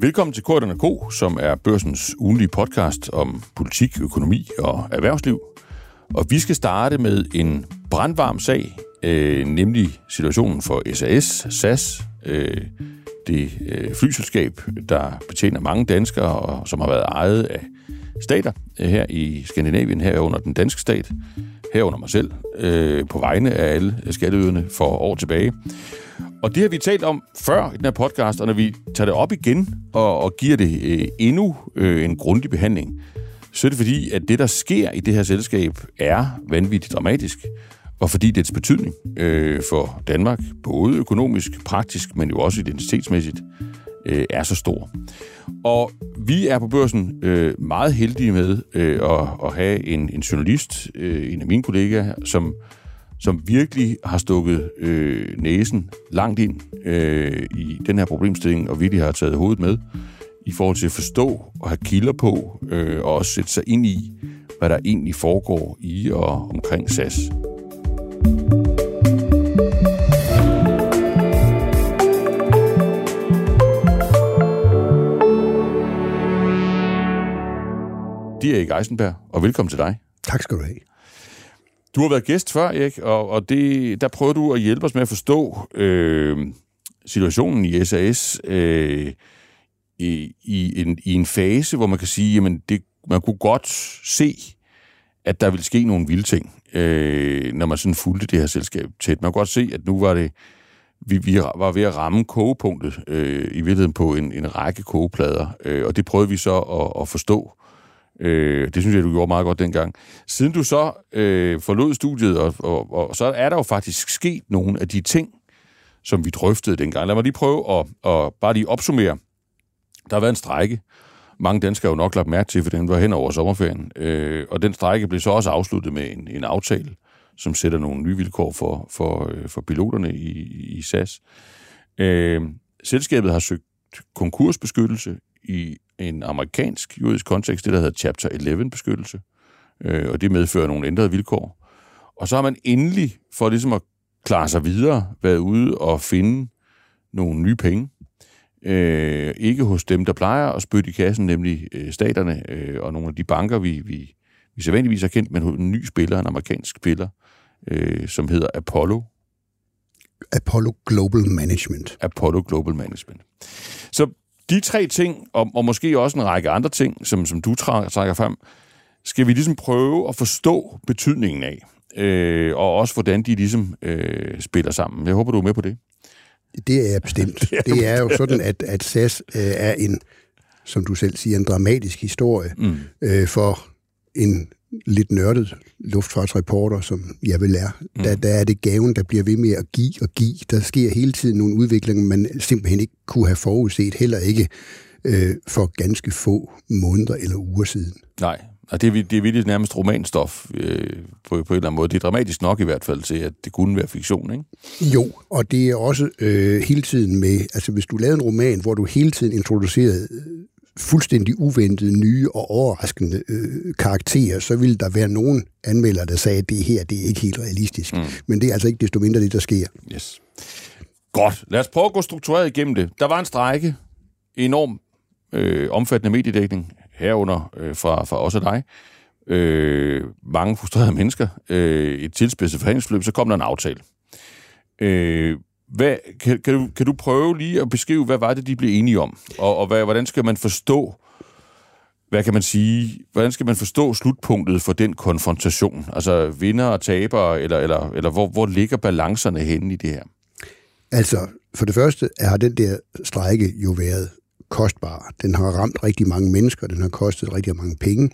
Velkommen til Korten & Co., som er Børsens ugenlige podcast om politik, økonomi og erhvervsliv. Og vi skal starte med en brandvarm sag, nemlig situationen for SAS, det flyselskab, der betjener mange danskere, og som har været ejet af stater her i Skandinavien, herunder den danske stat, herunder mig selv, på vegne af alle skatteyderne for år tilbage. Og det har vi talt om før i den her podcast, og når vi tager det op igen og giver det endnu en grundig behandling, så er det fordi, at det, der sker i det her selskab, er vanvittigt dramatisk, og fordi dets betydning for Danmark, både økonomisk, praktisk, men jo også identitetsmæssigt, er så stor. Og vi er på Børsen meget heldige med at have en journalist, en af mine kollegaer, som virkelig har stukket næsen langt ind i den her problemstilling, og virkelig har taget hovedet med i forhold til at forstå og have kilder på, og også sætte sig ind i, hvad der egentlig foregår i og omkring SAS. Det er Erik Eisenberg, og velkommen til dig. Tak skal du have. Du har været gæst før, Erik, og der prøver du at hjælpe os med at forstå situationen i SAS i en fase, hvor man kan sige, jamen man kunne godt se, at der ville ske nogle vilde ting, når man sådan fulgte det her selskab tæt. Man kunne godt se, at nu var det vi var ved at ramme kogepunktet i virkeligheden på en række kogeplader, og det prøvede vi så at forstå. Det synes jeg, du gjorde meget godt dengang. Siden du så forlod studiet, og så er der jo faktisk sket nogle af de ting, som vi drøftede dengang. Lad mig lige prøve at bare lige opsummere. Der har været en strejke. Mange danskere har jo nok lagt mærke til, for den var hen over sommerferien. Og den strejke blev så også afsluttet med en aftale, som sætter nogle nye vilkår for piloterne i SAS. Selskabet har søgt konkursbeskyttelse i en amerikansk juridisk kontekst, det der hedder Chapter 11-beskyttelse, og det medfører nogle ændrede vilkår. Og så har man endelig, for ligesom at klare sig videre, været ude og finde nogle nye penge. Ikke hos dem, der plejer at spytte i kassen, nemlig staterne og nogle af de banker, vi sædvanligvis har kendt, men en ny spiller, en amerikansk spiller, som hedder Apollo Global Management. Apollo Global Management. Så de tre ting, og måske også en række andre ting, som du trækker frem, skal vi ligesom prøve at forstå betydningen af, og også hvordan de ligesom spiller sammen. Jeg håber, du er med på det. Det er jeg bestemt. Det er jo sådan, at SAS er en, som du selv siger, en dramatisk historie for en lidt nørdet luftfartsreporter, som jeg vel er. Der er det gaven, der bliver ved med at give og give. Der sker hele tiden nogle udviklinger, man simpelthen ikke kunne have forudset, heller ikke for ganske få måneder eller uger siden. Nej, og det er virkelig nærmest romanstof på en eller anden måde. Det er dramatisk nok i hvert fald til, at det kunne være fiktion, ikke? Jo, og det er også hele tiden med, altså hvis du lavede en roman, hvor du hele tiden introducerede fuldstændig uventede, nye og overraskende karakterer, så ville der være nogen anmeldere, der sagde, at det her, det er ikke helt realistisk. Men det er altså ikke desto mindre det, der sker. Yes. Godt. Lad os prøve at gå struktureret igennem det. Der var en strejke, enorm omfattende mediedækning, herunder fra os og dig. Mange frustrerede mennesker. Et tilspidset forhandlingsforløb, så kom der en aftale. Kan du prøve lige at beskrive, hvad var det, de blev enige om? Og hvordan skal man forstå, hvordan skal man forstå slutpunktet for den konfrontation? Altså vinder og taber, eller hvor ligger balancerne henne i det her? Altså, for det første har den der strejke jo været kostbar. Den har ramt rigtig mange mennesker, den har kostet rigtig mange penge.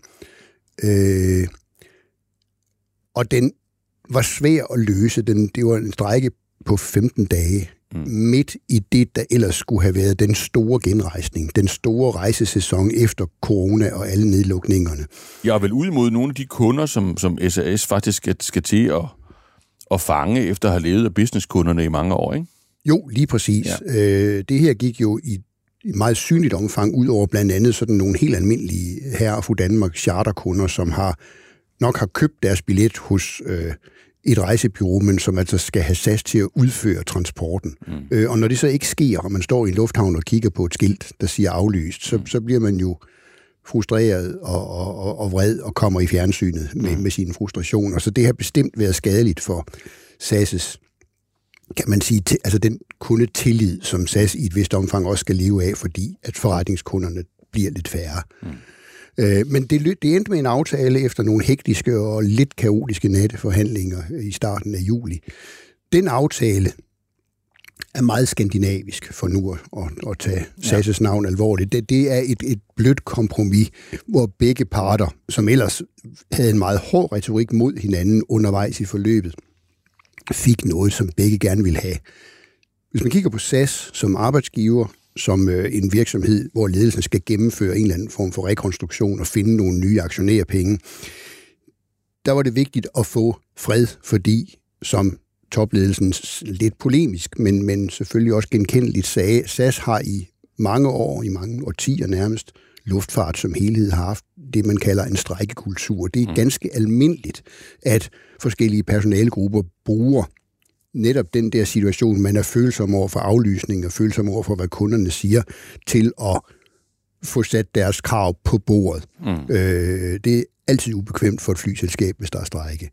Og den var svær at løse. Det var en strejke på 15 dage, midt i det, der ellers skulle have været den store genrejsning, den store rejsesæson efter corona og alle nedlukningerne. Jeg er vel ud mod nogle af de kunder, som SAS faktisk skal til at fange, efter at have levet af businesskunderne i mange år, ikke? Jo, lige præcis. Ja. Det her gik jo i meget synligt omfang ud over blandt andet sådan nogle helt almindelige herre og fru Danmark charterkunder, som nok har købt deres billet hos et rejsebureau, men som altså skal have SAS til at udføre transporten. Og når det så ikke sker, og man står i en lufthavn og kigger på et skilt, der siger aflyst, så bliver man jo frustreret og vred og kommer i fjernsynet med sine frustrationer. Så det har bestemt været skadeligt for SAS' kan man sige, altså den kundetillid, som SAS i et vist omfang også skal leve af, fordi at forretningskunderne bliver lidt færre. Men det endte med en aftale efter nogle hektiske og lidt kaotiske natteforhandlinger i starten af juli. Den aftale er meget skandinavisk for nu at tage SAS' navn alvorligt. Det er et blødt kompromis, hvor begge parter, som ellers havde en meget hård retorik mod hinanden undervejs i forløbet, fik noget, som begge gerne ville have. Hvis man kigger på SAS som arbejdsgiver, som en virksomhed, hvor ledelsen skal gennemføre en eller anden form for rekonstruktion og finde nogle nye aktionærpenge, der var det vigtigt at få fred, fordi, som topledelsen lidt polemisk, men selvfølgelig også genkendeligt sagde, SAS har i mange år, i mange årtier nærmest, luftfart som helhed har haft det, man kalder en strejkekultur. Det er ganske almindeligt, at forskellige personalegrupper bruger netop den der situation, man er følsom over for aflysning og følsom over for, hvad kunderne siger, til at få sat deres krav på bordet. Det er altid ubekvemt for et flyselskab, hvis der er strejke.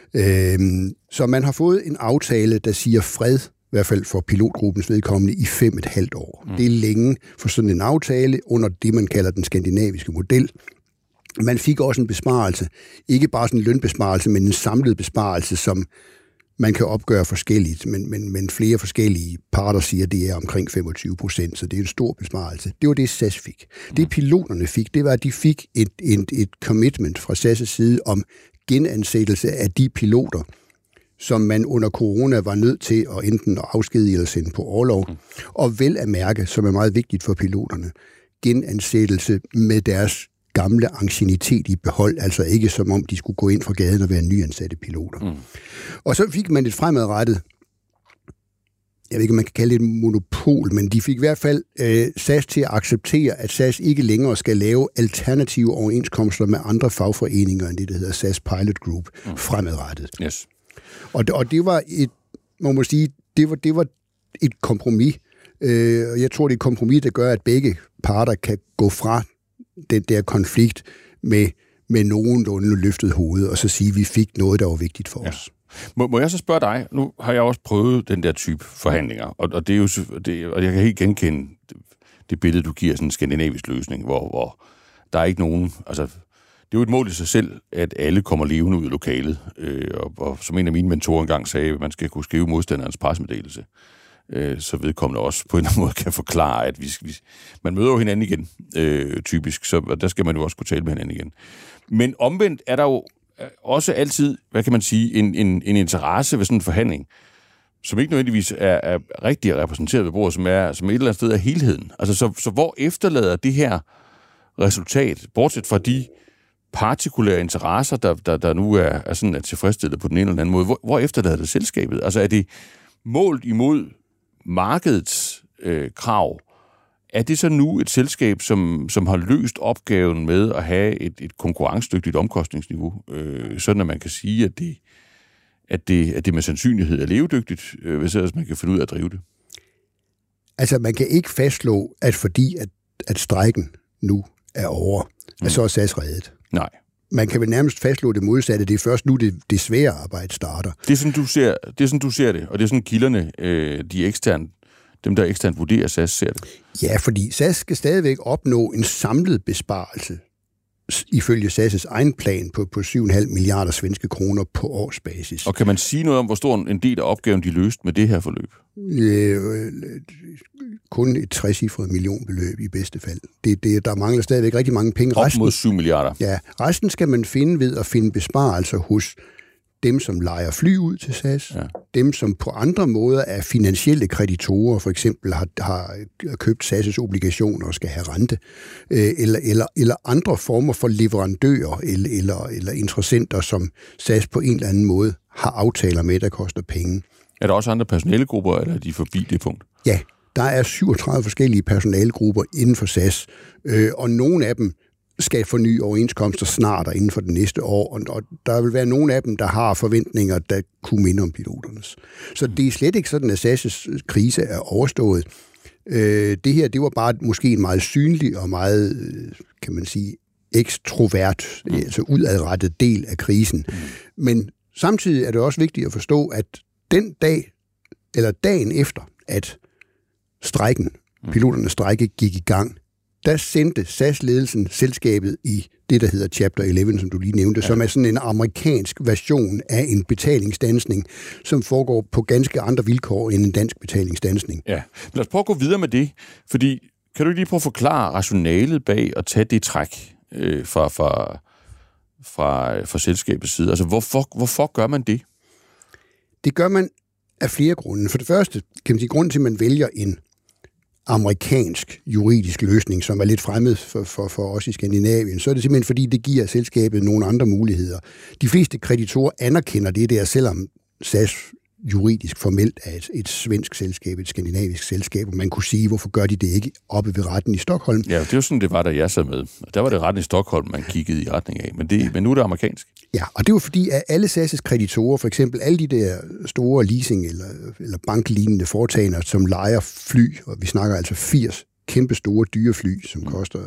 Så man har fået en aftale, der siger fred, i hvert fald for pilotgruppens vedkommende, i 5,5 år. Det er længe for sådan en aftale under det, man kalder den skandinaviske model. Man fik også en besparelse. Ikke bare sådan en lønbesparelse, men en samlet besparelse, som man kan opgøre forskelligt, men flere forskellige parter siger, at det er omkring 25%, så det er en stor besparelse. Det var det, SAS fik. Det piloterne fik, det var, at de fik et commitment fra SAS' side om genansættelse af de piloter, som man under corona var nødt til at enten afskedige eller sende på orlov, og vel at mærke, som er meget vigtigt for piloterne, genansættelse med deres gamle anciennitet i behold, altså ikke som om de skulle gå ind fra gaden og være nyansatte piloter. Og så fik man et fremadrettet, jeg ved ikke, om man kan kalde det et monopol, men de fik i hvert fald SAS til at acceptere, at SAS ikke længere skal lave alternative overenskomster med andre fagforeninger end det, der hedder SAS Pilot Group, fremadrettet. Yes. Og det var man må sige, det var et kompromis. Jeg tror, det er et kompromis, der gør, at begge parter kan gå fra den der konflikt med nogenlunde løftet hoved, og så sige, at vi fik noget, der var vigtigt for os. Må jeg så spørge dig? Nu har jeg også prøvet den der type forhandlinger, og det er jo og jeg kan helt genkende det billede, du giver, sådan en skandinavisk løsning, hvor der er ikke nogen. Altså, det er jo et mål i sig selv, at alle kommer levende ud af lokalet, og som en af mine mentorer engang sagde, at man skal kunne skrive modstanderens pressemeddelelse, så vedkommende også på en eller anden måde kan forklare, at man møder jo hinanden igen, typisk, så der skal man jo også kunne tale med hinanden igen. Men omvendt er der jo også altid, hvad kan man sige, en interesse ved sådan en forhandling, som ikke nødvendigvis er rigtig repræsenteret ved bordet, som et eller andet sted af helheden. Altså, så hvor efterlader det her resultat, bortset fra de partikulære interesser, der nu er sådan at tilfredsstillet på den ene eller anden måde, hvor efterlader det selskabet? Altså, er det målt imod markedets krav? Er det så nu et selskab, som har løst opgaven med at have et konkurrencedygtigt omkostningsniveau, sådan at man kan sige, at det med sandsynlighed er levedygtigt, hvis ellers man kan finde ud af at drive det? Altså, man kan ikke fastslå, at fordi at strejken nu er over, at så er SAS reddet. Nej. Man kan vel nærmest fastslå det modsatte. Det er først nu, det svære arbejde starter. Det er sådan, du ser det, og det er sådan kilderne, dem, der eksternt vurderer SAS, ser det. Ja, fordi SAS skal stadigvæk opnå en samlet besparelse, ifølge SAS' egen plan, på 7,5 milliarder svenske kroner på årsbasis. Og kan man sige noget om, hvor stor en del af opgaven de løste med det her forløb? Kun et 3-cifret millionbeløb i bedste fald. Der mangler stadigvæk rigtig mange penge. Op mod 7 milliarder. Ja, resten skal man finde ved at finde besparelser hos dem, som lejer fly ud til SAS, dem, som på andre måder er finansielle kreditorer, for eksempel har købt SAS' obligationer og skal have rente, eller andre former for leverandører eller interessenter, som SAS på en eller anden måde har aftaler med, der koster penge. Er der også andre personalegrupper, eller er de forbi det punkt? Ja, der er 37 forskellige personalegrupper inden for SAS, og nogle af dem skal forny overenskomster snart og inden for det næste år, og der vil være nogle af dem, der har forventninger, der kunne minde om piloternes. Så det er slet ikke sådan, at SAS' krise er overstået. Det her, det var bare måske en meget synlig og meget, kan man sige, ekstrovert, altså udadrettet del af krisen. Men samtidig er det også vigtigt at forstå, at den dag, eller dagen efter, at piloternes strejke gik i gang, der sendte SAS-ledelsen selskabet i det, der hedder Chapter 11, som du lige nævnte, som er sådan en amerikansk version af en betalingsstandsning, som foregår på ganske andre vilkår end en dansk betalingsstandsning. Ja, lad os prøve at gå videre med det, fordi kan du lige prøve at forklare rationalet bag at tage det træk fra selskabets side? Altså, hvorfor gør man det? Det gør man af flere grunde. For det første, kan man sige, grunden til, at man vælger en amerikansk juridisk løsning, som er lidt fremmed for os i Skandinavien, så er det simpelthen, fordi det giver selskabet nogle andre muligheder. De fleste kreditorer anerkender det der, selvom SAS juridisk formelt er et svensk selskab, et skandinavisk selskab, og man kunne sige, hvorfor gør de det ikke oppe ved retten i Stockholm? Ja, det er jo sådan, det var, da jeg sad med. Der var det retten i Stockholm, man kiggede i retning af, men nu er det amerikansk. Ja, og det var fordi, at alle SAS' kreditorer, for eksempel alle de der store leasing- eller banklignende foretagender, som lejer fly, og vi snakker altså 80 kæmpe store dyre fly, som koster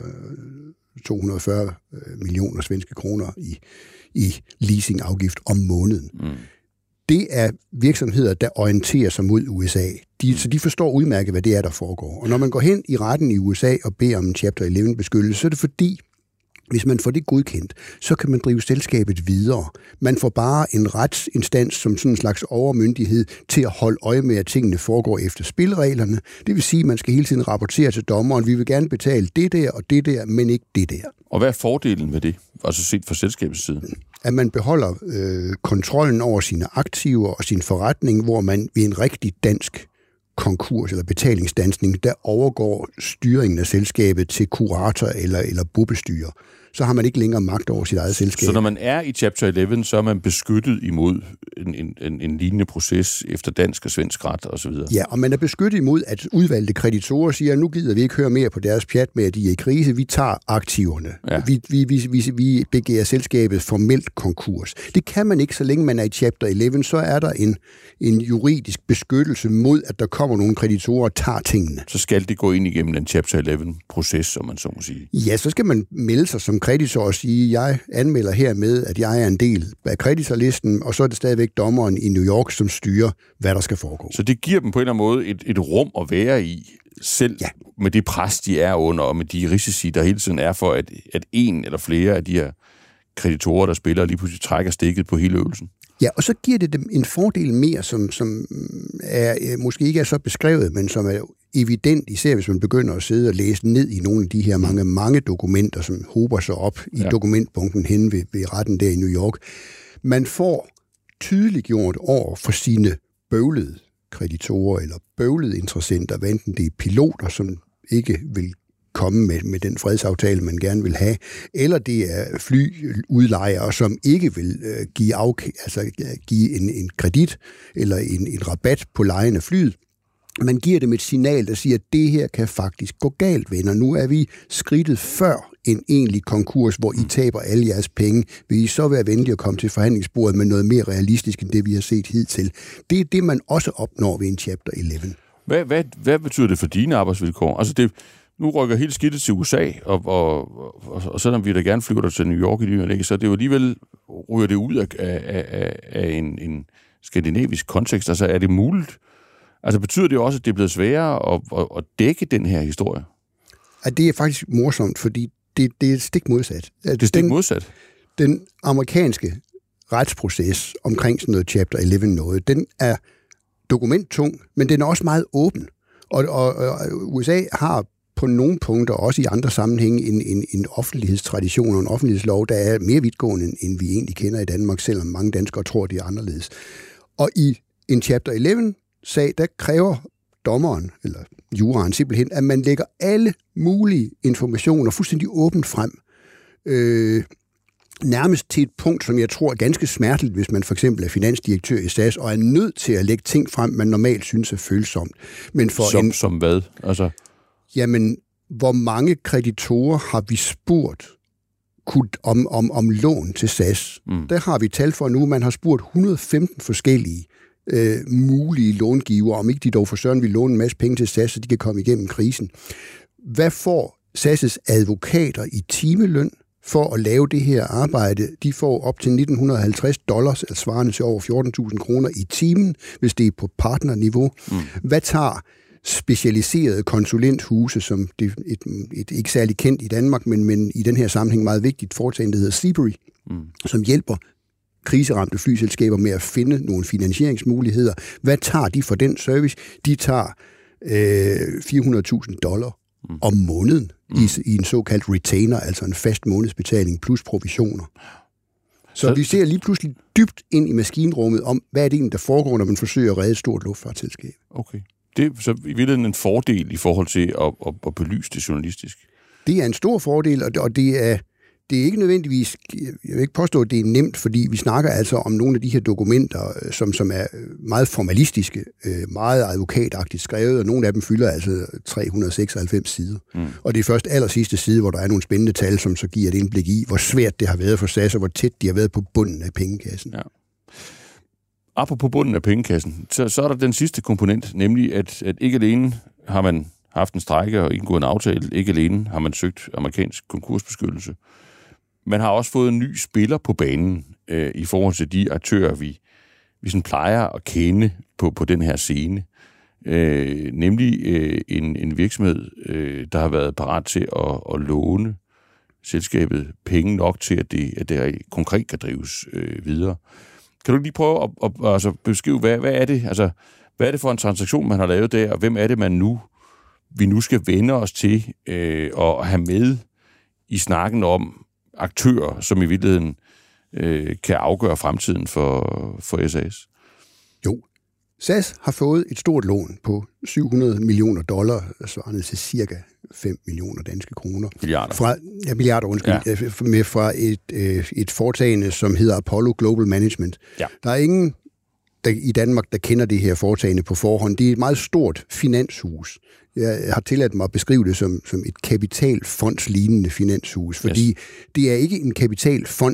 240 millioner svenske kroner i leasingafgift om måneden. Det er virksomheder, der orienterer sig mod USA. Så de forstår udmærket, hvad det er, der foregår. Og når man går hen i retten i USA og beder om en Chapter 11-beskyttelse, så er det fordi, hvis man får det godkendt, så kan man drive selskabet videre. Man får bare en retsinstans som sådan en slags overmyndighed til at holde øje med, at tingene foregår efter spillereglerne. Det vil sige, at man skal hele tiden rapportere til dommeren, vi vil gerne betale det der og det der, men ikke det der. Og hvad er fordelen med det, altså set fra selskabets side? At man beholder kontrollen over sine aktiver og sin forretning, hvor man ved en rigtig dansk konkurs eller betalingsstandsning, der overgår styringen af selskabet til kurator eller bobestyrer. Så har man ikke længere magt over sit eget selskab. Så når man er i Chapter 11, så er man beskyttet imod en lignende proces efter dansk og svensk ret osv.? Ja, og man er beskyttet imod, at udvalgte kreditorer siger, nu gider vi ikke høre mere på deres pjat med, at de er i krise. Vi tager aktiverne. Ja. Vi begærer selskabet formelt konkurs. Det kan man ikke, så længe man er i Chapter 11. Så er der en juridisk beskyttelse mod, at der kommer nogle kreditorer og tager tingene. Så skal det gå ind igennem en Chapter 11-proces, som man så må sige? Ja, så skal man melde sig som kreditor og sige, jeg anmelder hermed, at jeg er en del af kreditorlisten, og så er det stadigvæk dommeren i New York, som styrer, hvad der skal foregå. Så det giver dem på en eller anden måde et rum at være i, selv med det pres, de er under, og med de risici, der hele tiden er for, at en eller flere af de her kreditorer, der spiller, lige pludselig trækker stikket på hele øvelsen. Ja, og så giver det dem en fordel mere, som er, måske ikke er så beskrevet, men som er evident, især hvis man begynder at sidde og læse ned i nogle af de her mange dokumenter, som hober sig op i dokumentbunken hen ved retten der i New York. Man får tydeliggjort over for sine bøvlede kreditorer eller bøvlede interessenter, hvad enten det er piloter, som ikke vil komme med den fredsaftale, man gerne vil have, eller det er flyudlejere, som ikke vil give en kredit eller en rabat på lejen af flyet. Man giver dem et signal, der siger, at det her kan faktisk gå galt, venner. Nu er vi skridtet før en egentlig konkurs, hvor I taber alle jeres penge. Vil I så være venlige at komme til forhandlingsbordet med noget mere realistisk, end det vi har set hidtil? Det er det, man også opnår ved en Chapter 11. Hvad betyder det for dine arbejdsvilkår? Altså nu rykker hele skidtet til USA, og selvom vi da gerne flyver der til New York i det, så det jo alligevel ryger det ud af en skandinavisk kontekst. Altså er det muligt? Altså betyder det også, at det er blevet sværere at dække den her historie? Ja, det er faktisk morsomt, fordi det er stik modsat. Det er stik modsat? Den amerikanske retsproces omkring sådan noget Chapter 11 noget, den er dokumenttung, men den er også meget åben. Og USA har på nogle punkter, også i andre sammenhænge, en offentlighedstradition og en offentlighedslov, der er mere vidtgående, end vi egentlig kender i Danmark, selvom mange danskere tror, det er anderledes. Og i en Chapter 11-sag, der kræver dommeren, eller juraen simpelthen, at man lægger alle mulige informationer fuldstændig åbent frem. Nærmest til et punkt, som jeg tror er ganske smerteligt, hvis man for eksempel er finansdirektør i SAS, og er nødt til at lægge ting frem, man normalt synes er følsomt. Men som hvad? Altså... Jamen, hvor mange kreditorer har vi spurgt om lån til SAS. Der har vi tal for nu. Man har spurgt 115 forskellige mulige långiver, om ikke de dog for søren vil låne en masse penge til SAS, så de kan komme igennem krisen. Hvad får SAS' advokater i timeløn for at lave det her arbejde? De får op til $1.950, altså svarende til over 14.000 kroner i timen, hvis det er på partnerniveau. Hvad tager specialiserede konsulenthuse, som det et ikke særlig kendt i Danmark, men i den her sammenhæng meget vigtigt foretagende, der hedder Seabury, som hjælper kriseramte flyselskaber med at finde nogle finansieringsmuligheder. Hvad tager de for den service? De tager $400.000 om måneden i en såkaldt retainer, altså en fast månedsbetaling plus provisioner. Så vi ser lige pludselig dybt ind i maskinrummet om, hvad er det egentlig, der foregår, når man forsøger at redde et stort luftfartsselskab. Okay. Det er så i virkeligheden en fordel i forhold til at belyse det journalistisk. Det er en stor fordel, og det er ikke nødvendigvis, jeg vil ikke påstå, at det er nemt, fordi vi snakker altså om nogle af de her dokumenter, som er meget formalistiske, meget advokatagtigt skrevet, og nogle af dem fylder altså 396 sider. Og det er først allersidste side, hvor der er nogle spændende tal, som så giver et indblik i, hvor svært det har været for SAS, og hvor tæt de har været på bunden af pengekassen. Ja. Apropos bunden af pengekassen, så er der den sidste komponent, nemlig at ikke alene har man haft en strejke og indgået en aftale, ikke alene har man søgt amerikansk konkursbeskyttelse. Man har også fået en ny spiller på banen i forhold til de aktører, vi sådan plejer at kende på den her scene. Nemlig en virksomhed, der har været parat til at låne selskabet penge nok til, at det konkret kan drives videre. Kan du lige prøve at beskrive, hvad er det? Altså, hvad er det for en transaktion, man har lavet der, og hvem er det, vi nu skal vende os til og have med i snakken om aktører, som i virkeligheden kan afgøre fremtiden for SAS? Jo, SAS har fået et stort lån på $700 million, svarende til cirka 5 millioner danske kroner. Milliarder. Milliarder, undskyld. Ja. Fra et foretagende, som hedder Apollo Global Management. Ja. Der er ingen i Danmark, der kender det her foretagende på forhånd. Det er et meget stort finanshus. Jeg har tilladt mig at beskrive det som et kapitalfondslignende finanshus, fordi det er ikke en kapitalfond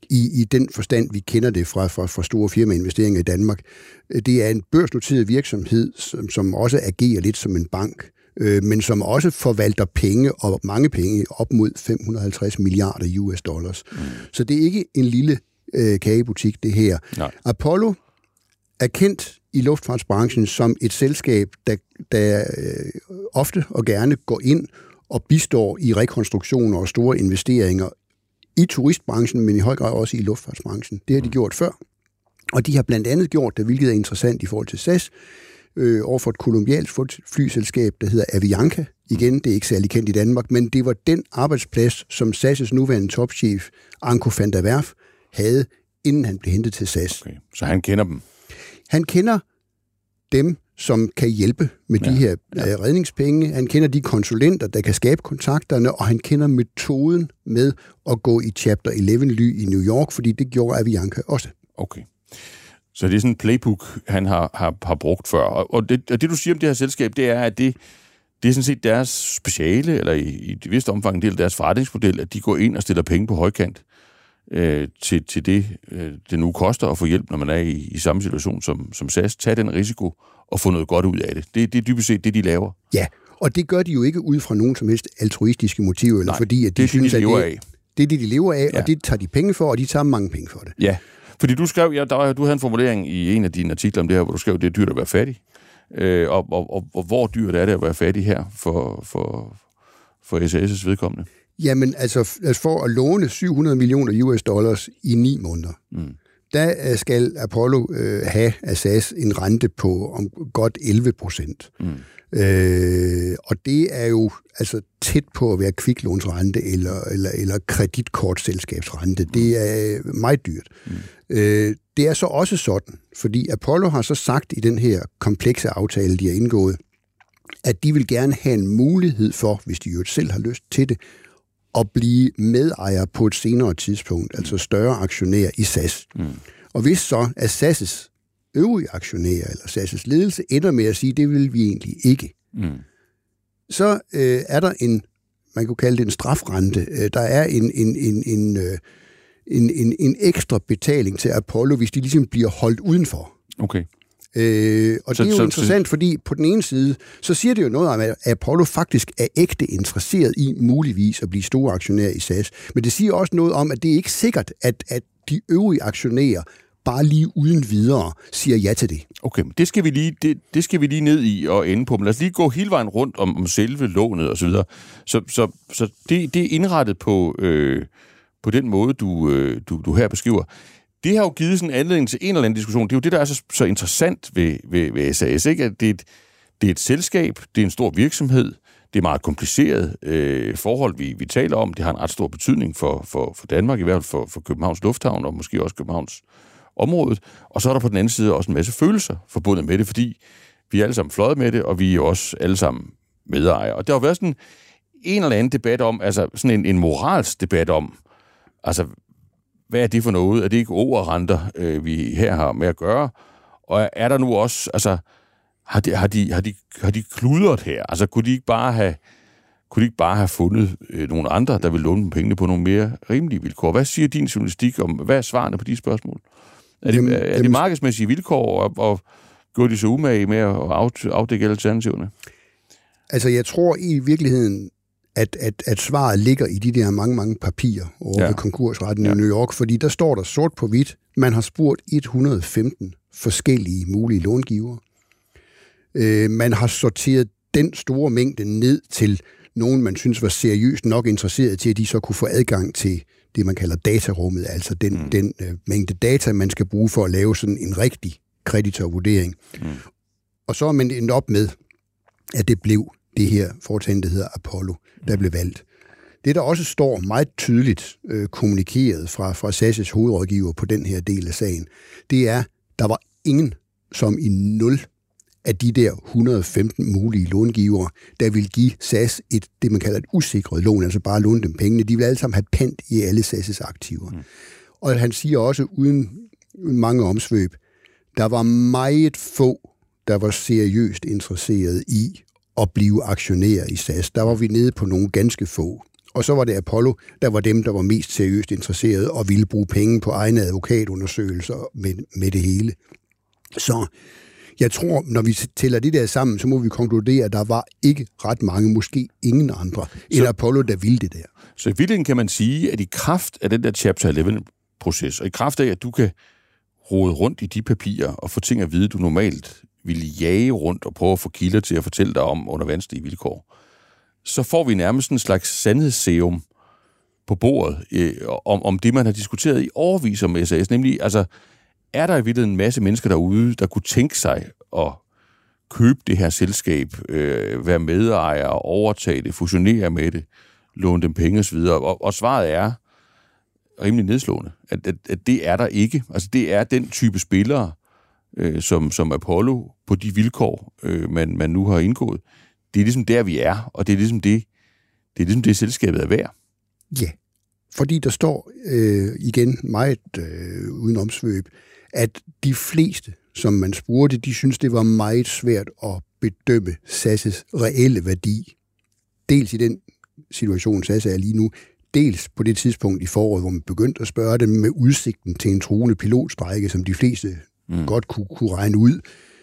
i den forstand, vi kender det fra store firmainvesteringer i Danmark. Det er en børsnoteret virksomhed, som også agerer lidt som en bank, men som også forvalter penge, og mange penge, op mod 550 milliarder US dollars. Så det er ikke en lille kagebutik, det her. Nej. Apollo er kendt i luftfartsbranchen som et selskab, der ofte og gerne går ind og bistår i rekonstruktioner og store investeringer i turistbranchen, men i høj grad også i luftfartsbranchen. Det har de gjort før. Og de har blandt andet gjort det, hvilket er interessant i forhold til SAS, overfor et kolumbiansk flyselskab, der hedder Avianca. Igen, det er ikke særlig kendt i Danmark, men det var den arbejdsplads, som SAS' nuværende topchef, Anko van der Werf, havde, inden han blev hentet til SAS. Okay. Så han kender dem? Han kender dem, som kan hjælpe med de her redningspenge. Han kender de konsulenter, der kan skabe kontakterne, og han kender metoden med at gå i Chapter 11-ly i New York, fordi det gjorde Avianca også. Okay. Så det er sådan en playbook, han har brugt før. Og det, du siger om det her selskab, det er, at det er sådan set deres speciale, eller i et vist omfang en del af deres forretningsmodel, at de går ind og stiller penge på højkant til det nu koster at få hjælp, når man er i samme situation som SAS. Tag den risiko og få noget godt ud af det. Det er dybest set det, de laver. Ja, og det gør de jo ikke ud fra nogen som helst altruistiske motiver, eller fordi at de synes, de lever af. Det er det, de lever af, og det tager de penge for, og de tager mange penge for det. Ja, fordi du skrev, du havde en formulering i en af dine artikler om det her, hvor du skrev, det er dyrt at være fattig. Og hvor dyrt er det at være fattig her for SAS' vedkommende? Jamen, altså for at låne 700 millioner US dollars i 9 måneder, der skal Apollo have af SAS en rente på om godt 11%. Og det er jo altså tæt på at være kviklånsrente eller kreditkortselskabsrente. Det er meget dyrt. Det er så også sådan, fordi Apollo har så sagt i den her komplekse aftale, de har indgået, at de vil gerne have en mulighed for, hvis de jo selv har lyst til det, at blive medejer på et senere tidspunkt, altså større aktionær i SAS. Og hvis så at SAS' øvrige aktionærer, eller SAS' ledelse, ender med at sige, det vil vi egentlig ikke, så er der en man kunne kalde det en strafrente. Der er en ekstra betaling til Apollo, hvis de ligesom bliver holdt udenfor. Okay. Og det er jo interessant, fordi på den ene side, så siger det jo noget om, at Apollo faktisk er ægte interesseret i muligvis at blive store aktionærer i SAS. Men det siger også noget om, at det er ikke sikkert, at de øvrige aktionærer bare lige uden videre siger ja til det. Okay, men det skal vi lige ned i og ende på. Men lad os lige gå hele vejen rundt om selve lånet og så videre. Så det er indrettet på den måde, du her beskriver. Det har jo givet sådan en anledning til en eller anden diskussion. Det er jo det, der er så interessant ved SAS, ikke? At det er et selskab, det er en stor virksomhed, det er meget kompliceret forhold, vi taler om. Det har en ret stor betydning for Danmark, i hvert fald for Københavns Lufthavn, og måske også Københavns området. Og så er der på den anden side også en masse følelser forbundet med det, fordi vi er alle sammen fløjet med det, og vi er jo også alle sammen medejere. Og der har været sådan en eller anden debat om, altså sådan en moralsk debat om, altså hvad er det for noget? Er det ikke renter, vi her har med at gøre? Og er der nu også, altså, har de kludret her? Altså, kunne de ikke bare have fundet nogle andre, der vil låne dem pengene på nogle mere rimelige vilkår? Hvad siger din journalistik om, hvad er svarene på de spørgsmål? Er det markedsmæssige vilkår, og går de så umage med at afdække alternativerne? Altså, jeg tror i virkeligheden, at svaret ligger i de der mange papirer over ved konkursretten i New York, fordi der står der sort på hvidt, man har spurgt 115 forskellige mulige långivere. Man har sorteret den store mængde ned til nogen, man synes var seriøst nok interesseret til, at de så kunne få adgang til det, man kalder datarummet, altså den mængde data, man skal bruge for at lave sådan en rigtig kreditorvurdering. Og så er man endt op med, at det blev det her foretagende, der hedder Apollo, der blev valgt. Det, der også står meget tydeligt kommunikeret fra SAS' hovedrådgiver på den her del af sagen, det er, der var ingen, som i 0 af de der 115 mulige långivere, der vil give SAS det, man kalder et usikret lån, altså bare låne dem pengene. De vil alle sammen have pant i alle SAS' aktiver. Og han siger også, uden mange omsvøb, der var meget få, der var seriøst interesseret i at blive aktionærer i SAS. Der var vi nede på nogle ganske få. Og så var det Apollo, der var dem, der var mest seriøst interesseret og ville bruge penge på egne advokatundersøgelser med det hele. Så jeg tror, når vi tæller det der sammen, så må vi konkludere, at der var ikke ret mange, måske ingen andre, end Apollo, der ville det der. Så i virkeligheden kan man sige, at i kraft af den der Chapter 11-proces, og i kraft af, at du kan rode rundt i de papirer og få ting at vide, du normalt ville jage rundt og prøve at få kilder til at fortælle dig om under vanskelige vilkår, så får vi nærmest en slags sandhedsserum på bordet om det, man har diskuteret i årevis om SAS. Nemlig, altså, er der i virkeligheden en masse mennesker derude, der kunne tænke sig at købe det her selskab, være medejer, overtage det, fusionere med det, låne dem penge osv.? Og svaret er rimelig nedslående, at det er der ikke. Altså, det er den type spillere, som Apollo på de vilkår, man nu har indgået. Det er ligesom der, vi er, og det er ligesom det selskabet er værd. Ja, fordi der står igen meget uden omsvøb, at de fleste, som man spurgte, de synes, det var meget svært at bedømme SAS' reelle værdi. Dels i den situation, SAS er lige nu, dels på det tidspunkt i foråret, hvor man begyndte at spørge dem med udsigten til en truende pilotstrejke, som de fleste godt kunne regne ud,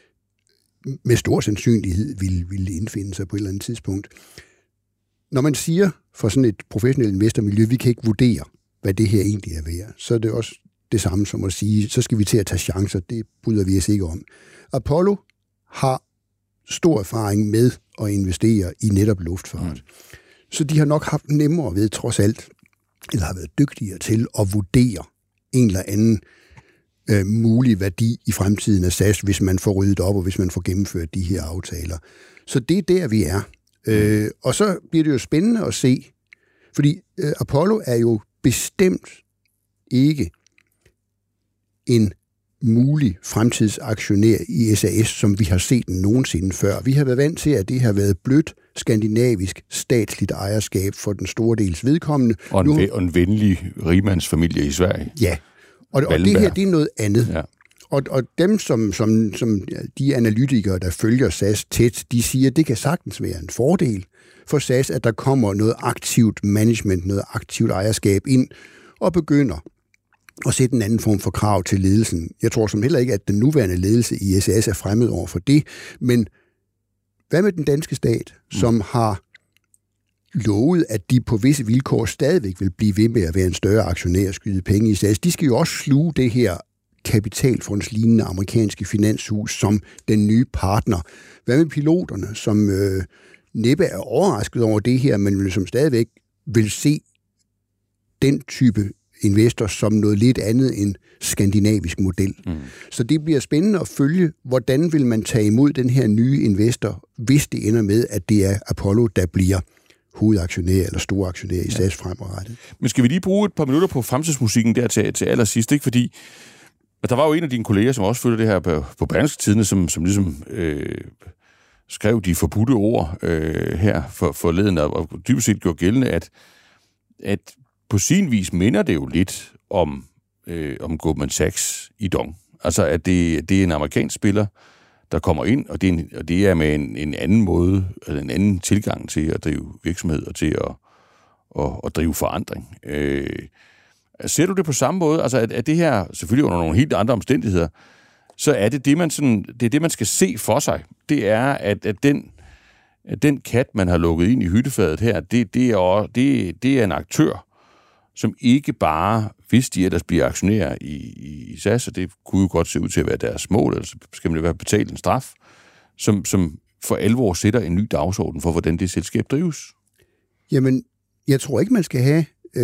med stor sandsynlighed ville indfinde sig på et eller andet tidspunkt. Når man siger for sådan et professionelt investormiljø, vi kan ikke vurdere, hvad det her egentlig er værd, så er det også det samme som at sige, så skal vi til at tage chancer, det bryder vi os ikke om. Apollo har stor erfaring med at investere i netop luftfart. Så de har nok haft nemmere ved, trods alt, eller har været dygtigere til at vurdere en eller anden mulig værdi i fremtiden af SAS, hvis man får ryddet op, og hvis man får gennemført de her aftaler. Så det er der, vi er. Og så bliver det jo spændende at se, fordi Apollo er jo bestemt ikke en mulig fremtidsaktionær i SAS, som vi har set nogensinde før. Vi har været vant til, at det har været blødt, skandinavisk, statsligt ejerskab for den store dels vedkommende. Og en venlig rigmandsfamilie i Sverige. Ja, og det her, det er noget andet. Ja. Og dem, som de analytikere, der følger SAS tæt, de siger, at det kan sagtens være en fordel for SAS, at der kommer noget aktivt management, noget aktivt ejerskab ind og begynder at sætte en anden form for krav til ledelsen. Jeg tror som heller ikke, at den nuværende ledelse i SAS er fremmed over for det, men hvad med den danske stat, som har lovet, at de på visse vilkår stadigvæk vil blive ved med at være en større aktionær og skyde penge i SAS? De skal jo også sluge det her kapitalfondslignende amerikanske finanshus som den nye partner. Hvad med piloterne, som næppe er overrasket over det her, men som stadigvæk vil se den type investor som noget lidt andet end skandinavisk model. Så det bliver spændende at følge, hvordan vil man tage imod den her nye investor, hvis det ender med, at det er Apollo, der bliver hovedaktionær eller store aktionær i SAS fremadrettet. Men skal vi lige bruge et par minutter på fremtidsmusikken der til allersidst, ikke? Fordi der var jo en af dine kolleger, som også følger det her på Berlingske Tidende, som ligesom skrev de forbudte ord her forleden, og dybest set gjorde gældende, at på sin vis minder det jo lidt om Goldman Sachs i Dong. Altså, at det er en amerikansk spiller, der kommer ind, og det er med en anden måde, altså en anden tilgang til at drive virksomhed og til at drive forandring. Ser du det på samme måde? Altså, at det her, selvfølgelig under nogle helt andre omstændigheder, så er det man skal se for sig. Det er, at den kat, man har lukket ind i hyttefadet her, det er en aktør, som ikke bare, hvis de ellers bliver aktionærer i SAS, og det kunne jo godt se ud til at være deres mål, eller så skal man jo være betalt en straf, som for alvor sætter en ny dagsorden for, hvordan det selskab drives. Jamen, jeg tror ikke, man skal have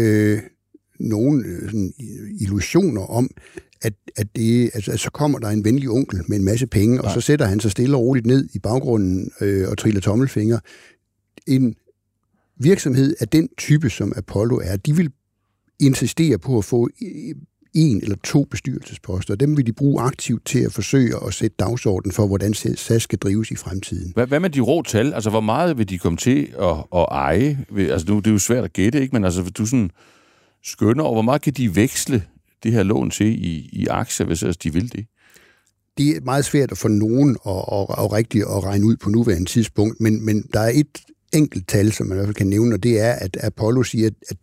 nogen illusioner om, at det, altså, så kommer der en venlig onkel med en masse penge, og så sætter han sig stille og roligt ned i baggrunden og triller tommelfinger. En virksomhed af den type, som Apollo er, de vil insistere på at få 1 eller 2 bestyrelsesposter. Dem vil de bruge aktivt til at forsøge at sætte dagsordenen for, hvordan SAS skal drives i fremtiden. Hvad med de rå tal? Altså, hvor meget vil de komme til at eje? Altså, det er jo svært at gætte, ikke? Men altså, du sådan skønner over, hvor meget kan de veksle det her lån til i aktier, hvis altså de vil det? Det er meget svært at få nogen at rigtigt at regne ud på nuværende tidspunkt, men der er et enkelt tal, som man i hvert fald kan nævne, og det er, at Apollo siger, at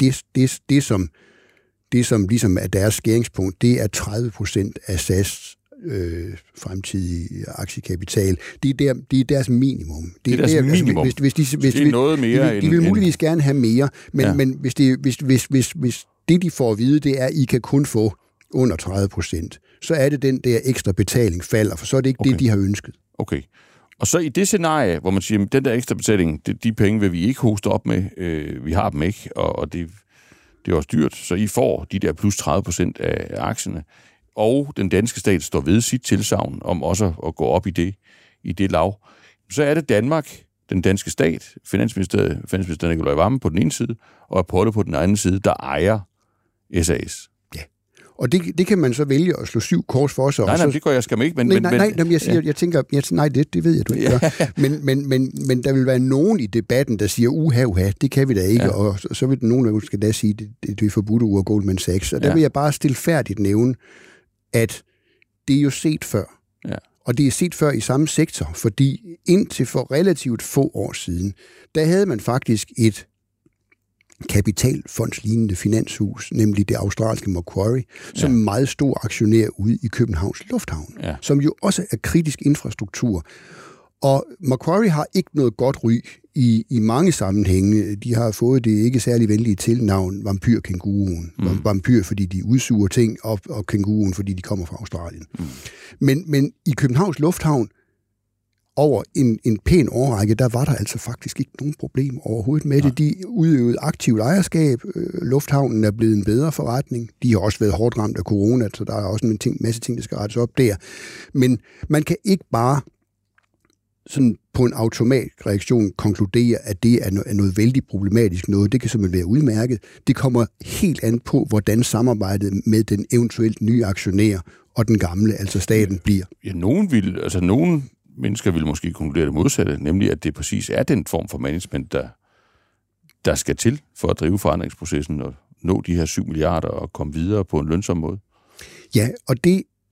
det som ligesom er deres skæringspunkt, det er 30% af SAS fremtidige aktiekapital. Det er deres minimum. Det er deres minimum. Altså, hvis det er noget mere de vil muligvis gerne have mere, men hvis det, de får at vide, det er, at I kan kun få under 30%, så er det den der ekstra betaling falder, for så er det ikke det, de har ønsket. Okay. Og så i det scenarie, hvor man siger, at den der ekstra betaling, de penge vil vi ikke hoste op med, vi har dem ikke, og det er også dyrt, så I får de der plus 30% af aktierne, og den danske stat står ved sit tilsagn om også at gå op i det lav. Så er det Danmark, den danske stat, finansminister Nicolai Wammen på den ene side, og Apollo på den anden side, der ejer SAS. Ja, og det kan man så vælge at slå 7 kors for sig. Nej, det gør jeg skam ikke, men... Jeg tænker, det ved jeg, du ikke gør. Men der vil være nogen i debatten, der siger, uha, det kan vi da ikke, og så vil nogen, der skal da sige, det er forbudt ud af Goldman Sachs. Og der vil jeg bare stilfærdigt nævne, at det er jo set før. Ja. Og det er set før i samme sektor, fordi indtil for relativt få år siden, der havde man faktisk et kapitalfondslignende finanshus, nemlig det australske Macquarie, som er meget stor aktionær ude i Københavns Lufthavn, som jo også er kritisk infrastruktur. Og Macquarie har ikke noget godt ry i mange sammenhænge. De har fået det ikke særlig venlige tilnavn vampyrkænguruen. Vampyr, fordi de udsuger ting, og kænguruen, fordi de kommer fra Australien. Men i Københavns Lufthavn, over en pæn årrække, der var der altså faktisk ikke nogen problem overhovedet med det. De udøvede aktivt ejerskab. Lufthavnen er blevet en bedre forretning. De har også været hårdt ramt af corona, så der er også en masse ting, der skal rettes op der. Men man kan ikke bare sådan på en automatreaktion konkludere, at det er noget vældig problematisk noget. Det kan simpelthen være udmærket. Det kommer helt an på, hvordan samarbejdet med den eventuelt nye aktionær og den gamle, altså staten, bliver. Ja, nogen mennesker vil måske konkludere det modsatte, nemlig at det præcis er den form for management, der skal til for at drive forandringsprocessen og nå de her 7 milliarder og komme videre på en lønsom måde. Ja, og det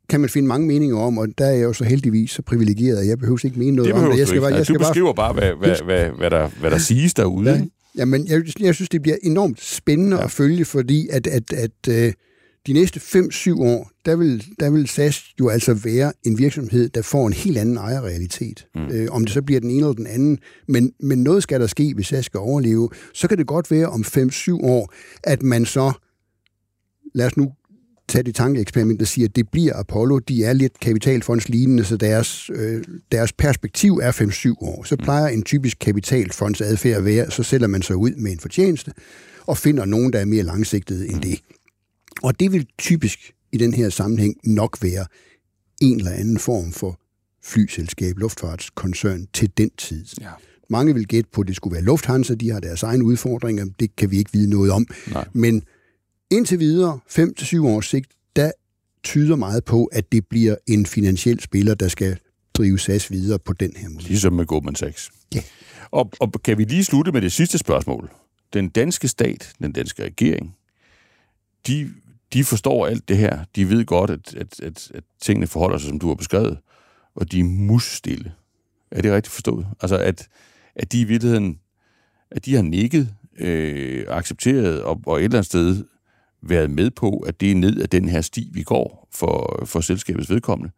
kan man finde mange meninger om, og der er jeg jo så heldigvis så privilegeret, at jeg behøver ikke mene noget om det. Du beskriver bare, hvad der siges derude. Ja. Jamen, jeg synes, det bliver enormt spændende at følge, fordi at de næste 5-7 år, der vil SAS jo altså være en virksomhed, der får en helt anden ejerrealitet. Om det så bliver den ene eller den anden. Men noget skal der ske, hvis SAS skal overleve. Så kan det godt være om 5-7 år, at man så, lad os nu tage det tankeeksperiment, der siger, at det bliver Apollo. De er lidt kapitalfondslignende, så deres perspektiv er 5-7 år. Så plejer en typisk kapitalfonds adfærd at være, så sælger man sig ud med en fortjeneste, og finder nogen, der er mere langsigtede end det. Og det vil typisk i den her sammenhæng nok være en eller anden form for flyselskab, luftfartskoncern til den tid. Ja. Mange vil gætte på, at det skulle være Lufthansa, de har deres egne udfordringer, det kan vi ikke vide noget om. Nej. Men indtil videre, 5-7 års sigt, der tyder meget på, at det bliver en finansiel spiller, der skal drive SAS videre på den her måde. Ligesom med Goldman Sachs. Ja. Og kan vi lige slutte med det sidste spørgsmål? Den danske stat, den danske regering, de forstår alt det her. De ved godt, at tingene forholder sig, som du har beskrevet, og de er musstille. Er det rigtigt forstået? Altså, at de i virkeligheden, at de har nikket, accepteret og et eller andet sted været med på, at det er ned ad den her sti, vi går for selskabets vedkommende.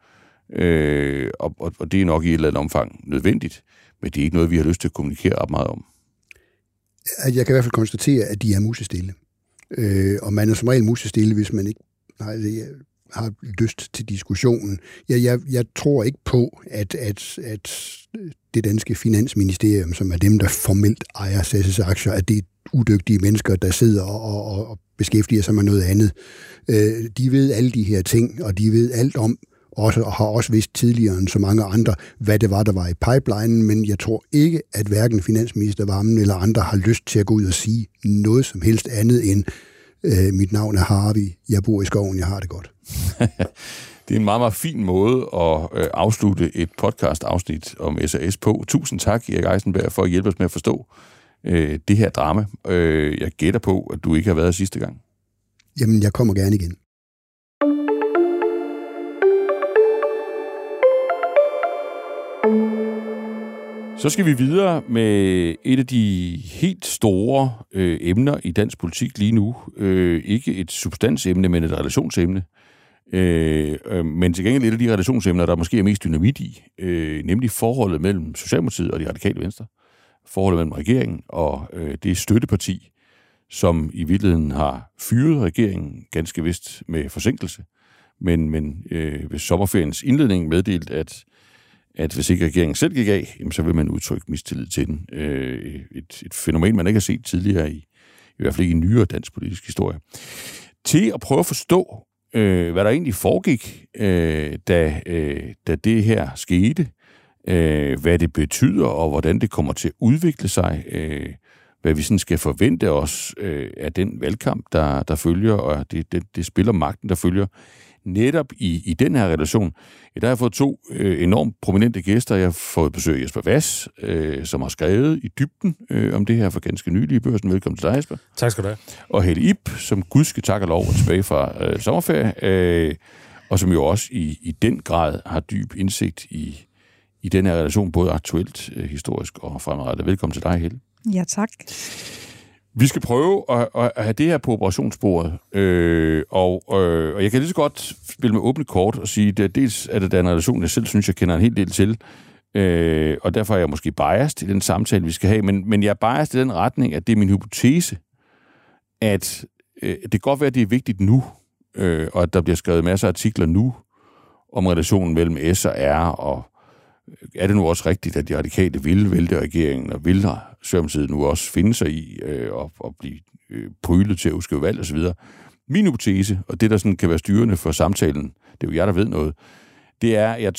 Og det er nok i et eller andet omfang nødvendigt, men det er ikke noget, vi har lyst til at kommunikere ret meget om. Jeg kan i hvert fald konstatere, at de er musestille. Og man er som regel musestille, hvis man ikke har lyst til diskussionen. Jeg tror ikke på, at det danske finansministerium, som er dem, der formelt ejer SAS' aktier, at det er udygtige mennesker, der sidder og beskæftiger sig med noget andet. De ved alle de her ting, og de ved alt om, og har også vidst tidligere end så mange andre, hvad det var, der var i pipelinen, men jeg tror ikke, at hverken finansminister Wammen eller andre har lyst til at gå ud og sige noget som helst andet end, mit navn er Harvey, jeg bor i skoven, jeg har det godt. Det er en meget, meget fin måde at afslutte et podcast-afsnit om SAS på. Tusind tak, Erik Eisenberg, for at hjælpe os med at forstå det her drama. Jeg gætter på, at du ikke har været sidste gang. Jamen, jeg kommer gerne igen. Så skal vi videre med et af de helt store emner i dansk politik lige nu. Ikke et substansemne, men et relationsemne. Men til gengæld et af de relationsemner, der måske er mest dynamit i, nemlig forholdet mellem Socialdemokratiet og de radikale venstre. Forholdet mellem regeringen og det støtteparti, som i virkeligheden har fyret regeringen ganske vist med forsinkelse, men ved sommerferiens indledning meddelt, at hvis ikke regeringen selv gik af, jamen, så vil man udtrykke mistillid til den. Et fænomen, man ikke har set tidligere i hvert fald ikke i nyere dansk politisk historie. Til at prøve at forstå, hvad der egentlig foregik, da det her skete, hvad det betyder, og hvordan det kommer til at udvikle sig, hvad vi sådan skal forvente os af den valgkamp, der følger, og det spiller magten, der følger. Netop i den her relation, der har jeg fået to enormt prominente gæster. Jeg har fået besøg af Jesper Vass, som har skrevet i dybden om det her for ganske nylig i Børsen. Velkommen til dig, Jesper. Tak skal du have. Og Helle Ib, som gudske tak og lov er tilbage fra sommerferie, og som jo også i den grad har dyb indsigt i den her relation, både aktuelt, historisk og fremadrettet. Velkommen til dig, Helle. Ja, tak. Vi skal prøve at have det her på operationsbordet, og jeg kan lige så godt spille med åbne kort og sige, at dels er det en relation, jeg selv synes, jeg kender en hel del til, og derfor er jeg måske biased i den samtale, vi skal have, men jeg er biased i den retning, at det er min hypotese, at det kan godt være, at det er vigtigt nu, og at der bliver skrevet masser af artikler nu om relationen mellem S og R, og er det nu også rigtigt, at de radikale vil vælte regeringen, og vil Socialdemokratiet nu også finde sig i og blive prylet til at udskrive valg osv. Min hypotese, og det der sådan kan være styrende for samtalen, det er jo jeg, der ved noget, det er, jeg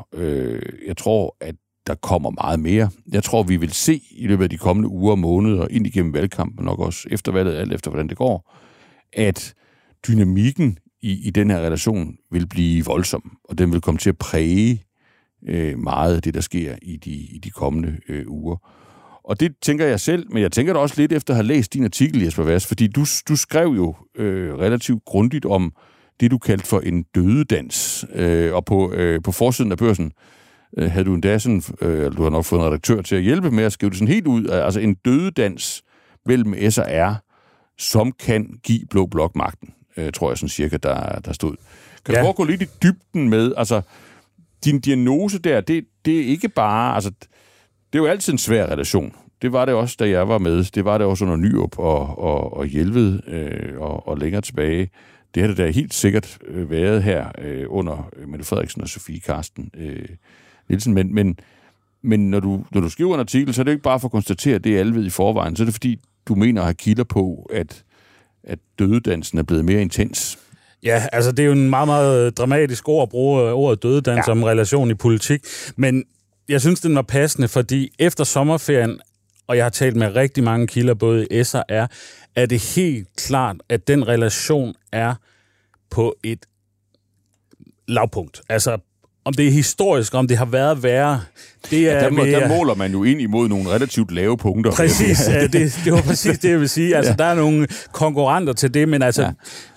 tror, at der kommer meget mere. Jeg tror, vi vil se i løbet af de kommende uger og måneder, ind igennem valgkampen, nok også efter valget, alt efter hvordan det går, at dynamikken i den her relation vil blive voldsom, og den vil komme til at præge meget af det, der sker i de kommende uger. Og det tænker jeg selv, men jeg tænker da også lidt efter at have læst din artikel, Jesper Vass, fordi du skrev jo relativt grundigt om det, du kaldte for en dødedans. Og på forsiden af Børsen havde du endda sådan, du har nok fået en redaktør til at hjælpe med at skrive det sådan helt ud, altså en dødedans mellem S og R, som kan give Blå Blok magten, tror jeg sådan cirka, der stod. Kan du prøve at gå lidt i dybden med, altså din diagnose der, det er ikke bare, altså det er jo altid en svær relation. Det var det også, da jeg var med. Det var det også under Nyrup og Jelved og længere tilbage. Det har det da helt sikkert været her under Mette Frederiksen og Sofie Carsten Nielsen. Men når du skriver en artikel, så er det ikke bare for at konstatere, at det er alle ved i forvejen. Så er det fordi, du mener at have kilder på, at dødedansen er blevet mere intens. Ja, altså det er jo en meget, meget dramatisk ord at bruge ordet dødedans som relation i politik. Men jeg synes, den var passende, fordi efter sommerferien, og jeg har talt med rigtig mange kilder, både i S og R, er det helt klart, at den relation er på et lavpunkt. Altså, om det er historisk, om det har været værre, det er... Der måler man jo ind imod nogle relativt lave punkter. Præcis, det var præcis det, jeg vil sige. Altså, der er nogle konkurrenter til det, men altså... Ja.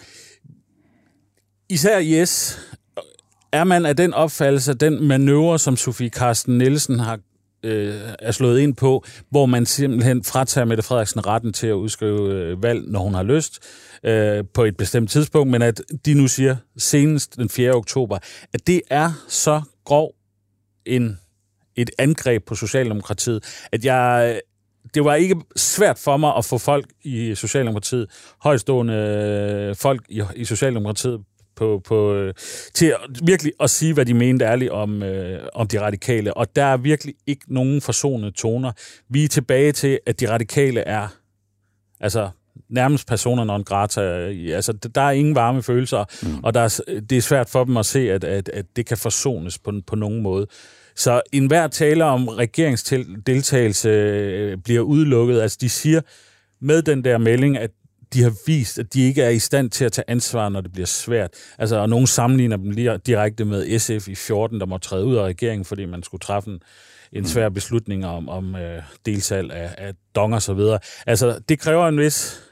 Især i S er man af den opfattelse, den manøvre, som Sofie Carsten Nielsen har er slået ind på, hvor man simpelthen fratager Mette Frederiksen retten til at udskrive valg, når hun har lyst, på et bestemt tidspunkt, men at de nu siger senest den 4. oktober, at det er så grov et angreb på Socialdemokratiet, at det var ikke svært for mig at få folk i Socialdemokratiet, højtstående folk i Socialdemokratiet, til virkelig at sige, hvad de mente ærligt om de radikale. Og der er virkelig ikke nogen forsonende toner. Vi er tilbage til, at de radikale er nærmest personer non grata. Altså, der er ingen varme følelser, og det er svært for dem at se, at det kan forsones på nogen måde. Så enhver taler om regeringsdeltagelse bliver udelukket. Altså, de siger med den der melding, at de har vist, at de ikke er i stand til at tage ansvar, når det bliver svært. Altså, og nogen sammenligner dem lige direkte med SF i 14, der må træde ud af regeringen, fordi man skulle træffe en svær beslutning om delsalg af dong og så videre. Altså, det kræver en vis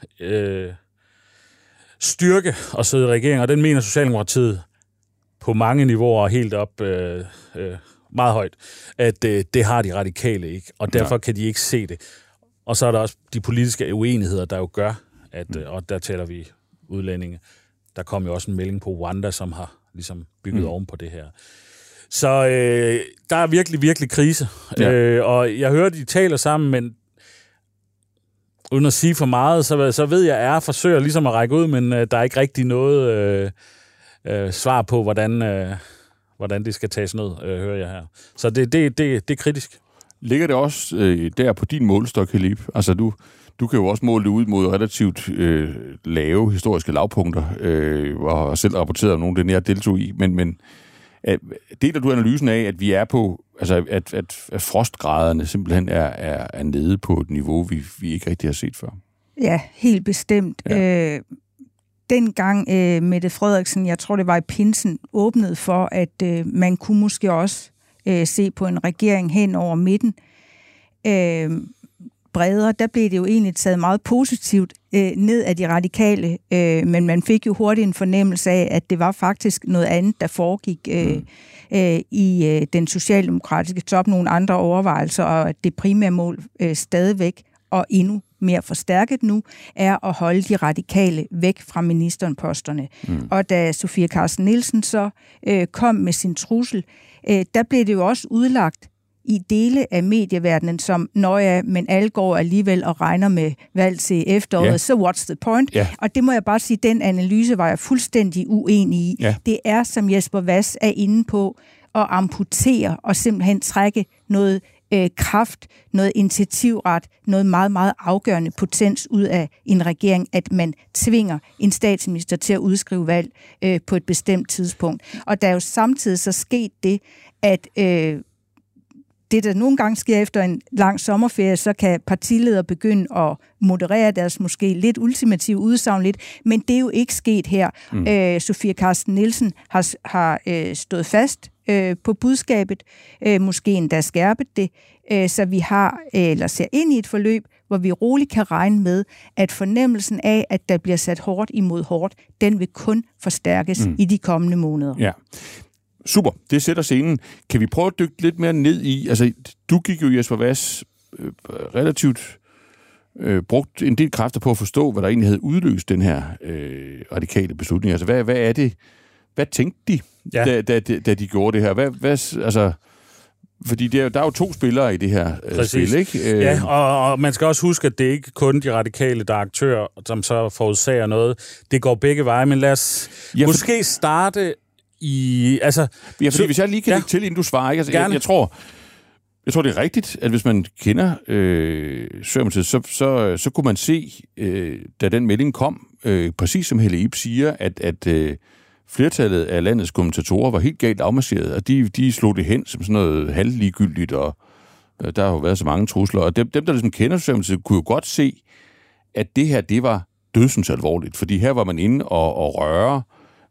styrke at sidde i regeringen, og den mener Socialdemokratiet på mange niveauer helt op meget højt, at det har de radikale ikke, og derfor kan de ikke se det. Og så er der også de politiske uenigheder, der jo gør, og der taler vi udlændinge. Der kom jo også en melding på Rwanda, som har ligesom bygget oven på det her. Så der er virkelig, virkelig krise. Ja. Og jeg hører, de taler sammen, men uden at sige for meget, så ved jeg, at jeg forsøger ligesom at række ud, men der er ikke rigtig noget svar på, hvordan det skal tages ned, hører jeg her. Så det er kritisk. Ligger det også der på din målestok, Helib? Altså, du kan jo også måle det ud mod relativt lave historiske lavpunkter, og selv rapporteret om nogen, den jeg deltog i, men deler du analysen af, at vi er på, altså at frostgraderne simpelthen er nede på et niveau, vi ikke rigtig har set før? Ja, helt bestemt. Ja. Dengang Mette Frederiksen, jeg tror det var i pinsen, åbnede for, at man kunne måske også se på en regering hen over midten, bredere, der blev det jo egentlig taget meget positivt ned af de radikale, men man fik jo hurtigt en fornemmelse af, at det var faktisk noget andet, der foregik i den socialdemokratiske top, nogle andre overvejelser, og at det primære mål stadigvæk og endnu mere forstærket nu, er at holde de radikale væk fra ministerposterne. Og da Sofie Carsten Nielsen så kom med sin trussel, der blev det jo også udlagt i dele af medieverdenen, som men alle går alligevel og regner med valg til efteråret, så what's the point? Yeah. Og det må jeg bare sige, den analyse var jeg fuldstændig uenig i. Yeah. Det er, som Jesper Vass er inde på, at amputere og simpelthen trække noget kraft, noget initiativret, noget meget, meget afgørende potens ud af en regering, at man tvinger en statsminister til at udskrive valg på et bestemt tidspunkt. Og der er jo samtidig så sket det, at det, der nogle gange sker efter en lang sommerferie, så kan partiledere begynde at moderere deres måske lidt ultimative udsagn lidt, men det er jo ikke sket her. Sofie Carsten Nielsen har stået fast på budskabet, måske endda skærpet det, så vi har eller ser ind i et forløb, hvor vi roligt kan regne med, at fornemmelsen af, at der bliver sat hårdt imod hårdt, den vil kun forstærkes i de kommende måneder. Ja. Super, det sætter scenen. Kan vi prøve at dykke lidt mere ned i, altså du gik jo, Jesper Vass, relativt brugt en del kræfter på at forstå, hvad der egentlig havde udløst den her radikale beslutning. Altså hvad er det, hvad tænkte de, da de gjorde det her? Altså, fordi der er jo 2 spillere i det her spil, ikke? Ja, og man skal også huske, at det er ikke kun de radikale, der er aktører, som så forårsager noget. Det går begge veje, men lad os måske starte i... Altså, ja, fordi hvis jeg lige kan lægge til, inden du svarer, ikke? Altså, jeg tror, det er rigtigt, at hvis man kender Socialdemokratiet, så kunne man se, da den melding kom, præcis som Helle Ib siger, at flertallet af landets kommentatorer var helt galt afmarcheret, og de slog det hen som sådan noget halvligegyldigt, og der har jo været så mange trusler, og dem der ligesom kender Socialdemokratiet, kunne jo godt se, at det her, det var dødsens alvorligt, fordi her var man inde og røre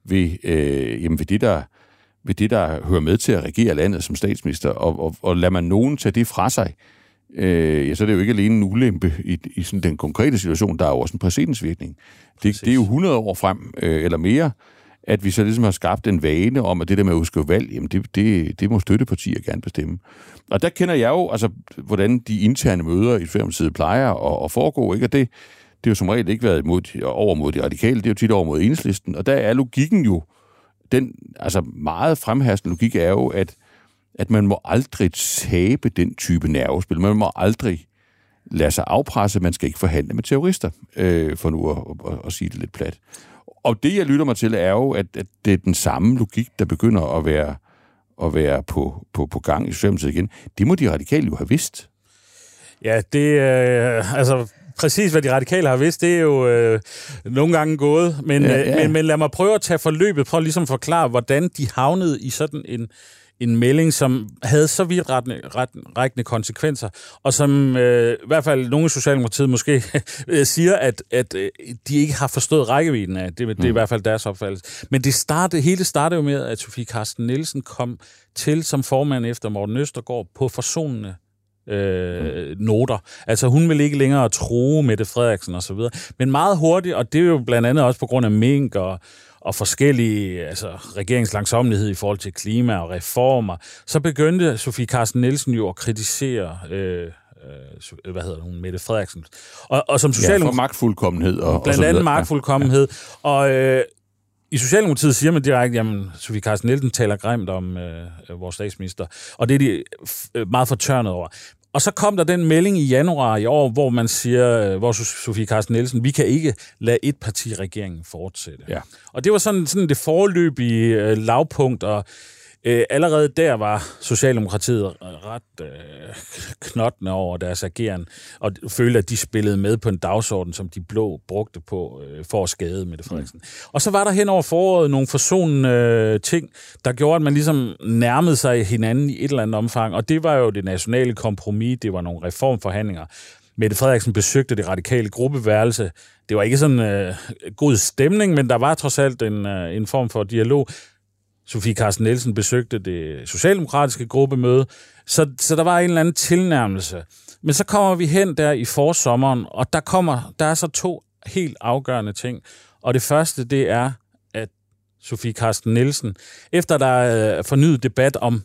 ved det, der hører med til at regere landet som statsminister, og lader man nogen tage det fra sig, så er det jo ikke alene en ulempe i sådan den konkrete situation, der er jo også en præcedensvirkning. Det er jo 100 år frem, eller mere, at vi så ligesom har skabt en vane om, at det der med at udskrive valg, jamen det må støttepartier gerne bestemme. Og der kender jeg jo, altså, hvordan de interne møder i Socialdemokratiet plejer at foregå, ikke? Og det har jo som regel ikke været over mod de radikale, det er jo tit over mod Enhedslisten, og der er logikken jo, den altså meget fremherskende logik er jo, at man må aldrig tabe den type nervespil. Man må aldrig lade sig afpresse, man skal ikke forhandle med terrorister, for nu at sige det lidt plat. Og det, jeg lytter mig til, er jo, at det er den samme logik, der begynder at være på gang i Socialdemokratiet igen. Det må de radikale jo have vidst. Ja, det altså præcis, hvad de radikale har vidst, det er jo nogle gange gået. Men lad mig prøve at tage forløbet, prøve ligesom at forklare, hvordan de havnede i sådan en melding, som havde så vidtrækkende konsekvenser, og som i hvert fald nogle i Socialdemokratiet måske siger, at de ikke har forstået rækkevidden af. Det er i hvert fald deres opfattelse. Men hele startede jo med, at Sofie Carsten Nielsen kom til som formand efter Morten Østergaard på forsonende noter. Altså hun vil ikke længere true Mette Frederiksen og så videre. Men meget hurtigt, og det er jo blandt andet også på grund af mink og forskellige regeringslangsommelighed i forhold til klima og reformer, så begyndte Sofie Carsten Nielsen jo at kritisere Mette Frederiksen. Og som for magtfuldkommenhed. Blandt andet magtfuldkommenhed. Ja. Og i Socialdemokratiet siger man direkte, jamen Sofie Carsten Nielsen taler grimt om vores statsminister, og det er de meget fortørnet over. Og så kom der den melding i januar i år, hvor man siger, hvor Sofie Carsten Nielsen, vi kan ikke lade etpartiregeringen fortsætte. Ja. Og det var sådan det foreløbige lavpunkt, og allerede der var Socialdemokratiet ret knottende over deres ageren, og følte, at de spillede med på en dagsorden, som de blå brugte på for at skade Mette Frederiksen. Og så var der hen over foråret nogle forsonende ting, der gjorde, at man ligesom nærmede sig hinanden i et eller andet omfang, og det var jo det nationale kompromis, det var nogle reformforhandlinger. Mette Frederiksen besøgte det radikale gruppeværelse. Det var ikke sådan god stemning, men der var trods alt en form for dialog. Sofie Carsten Nielsen besøgte det socialdemokratiske gruppemøde, så der var en eller anden tilnærmelse. Men så kommer vi hen der i forsommeren, og der er så 2 helt afgørende ting. Og det første, det er, at Sofie Carsten Nielsen, efter der er fornyet debat om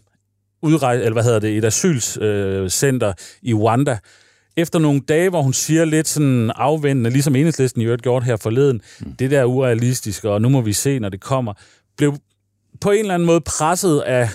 et asylcenter i Rwanda, efter nogle dage, hvor hun siger lidt sådan afventende, ligesom Enhedslisten i øvrigt gjort her forleden, det der er urealistisk, og nu må vi se, når det kommer, blev på en eller anden måde presset af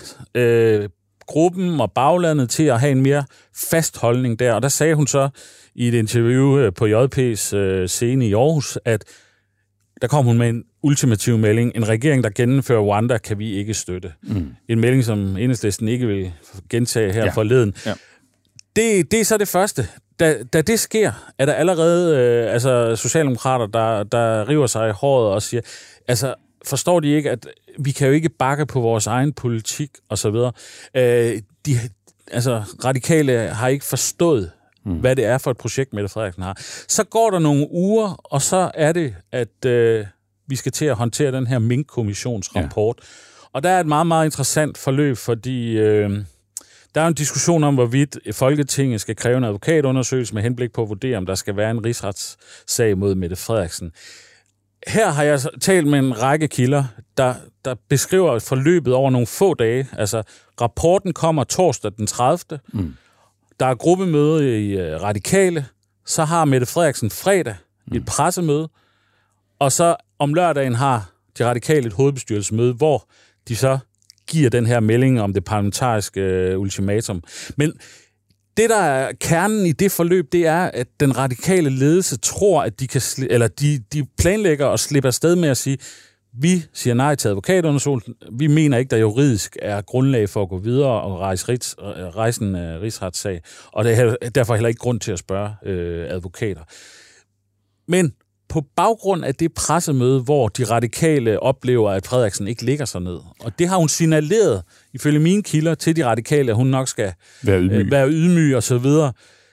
gruppen og baglandet til at have en mere fast holdning der. Og der sagde hun så i et interview på JP's scene i Aarhus, at der kom hun med en ultimativ melding. En regering, der gennemfører Rwanda, kan vi ikke støtte. En melding, som Enhedslisten ikke vil gentage her forleden. Ja. Det er så det første. Da det sker, er der allerede socialdemokrater, der river sig i håret og siger, forstår de ikke, at vi kan jo ikke bakke på vores egen politik og så videre. Radikale har ikke forstået, hvad det er for et projekt, Mette Frederiksen har. Så går der nogle uger, og så er det, at vi skal til at håndtere den her Mink-kommissionsrapport. Ja. Og der er et meget, meget interessant forløb, fordi der er en diskussion om, hvorvidt Folketinget skal kræve en advokatundersøgelse med henblik på at vurdere, om der skal være en rigsretssag mod Mette Frederiksen. Her har jeg talt med en række kilder, der beskriver forløbet over nogle få dage. Altså, rapporten kommer torsdag den 30. Der er gruppemøde i Radikale. Så har Mette Frederiksen fredag et pressemøde. Og så om lørdagen har de Radikale et hovedbestyrelsesmøde, hvor de så giver den her melding om det parlamentariske ultimatum. Men det, der er kernen i det forløb, det er, at den radikale ledelse tror, at de kan de planlægger at slippe afsted med at sige, vi siger nej til advokatundersøgelsen, vi mener ikke, der juridisk er grundlag for at gå videre og rejse en rigsretssag, og der er derfor heller ikke grund til at spørge advokater. Men på baggrund af det pressemøde, hvor de radikale oplever, at Frederiksen ikke ligger sig ned. Og det har hun signaleret, ifølge mine kilder, til de radikale, at hun nok skal være ydmyg og så videre.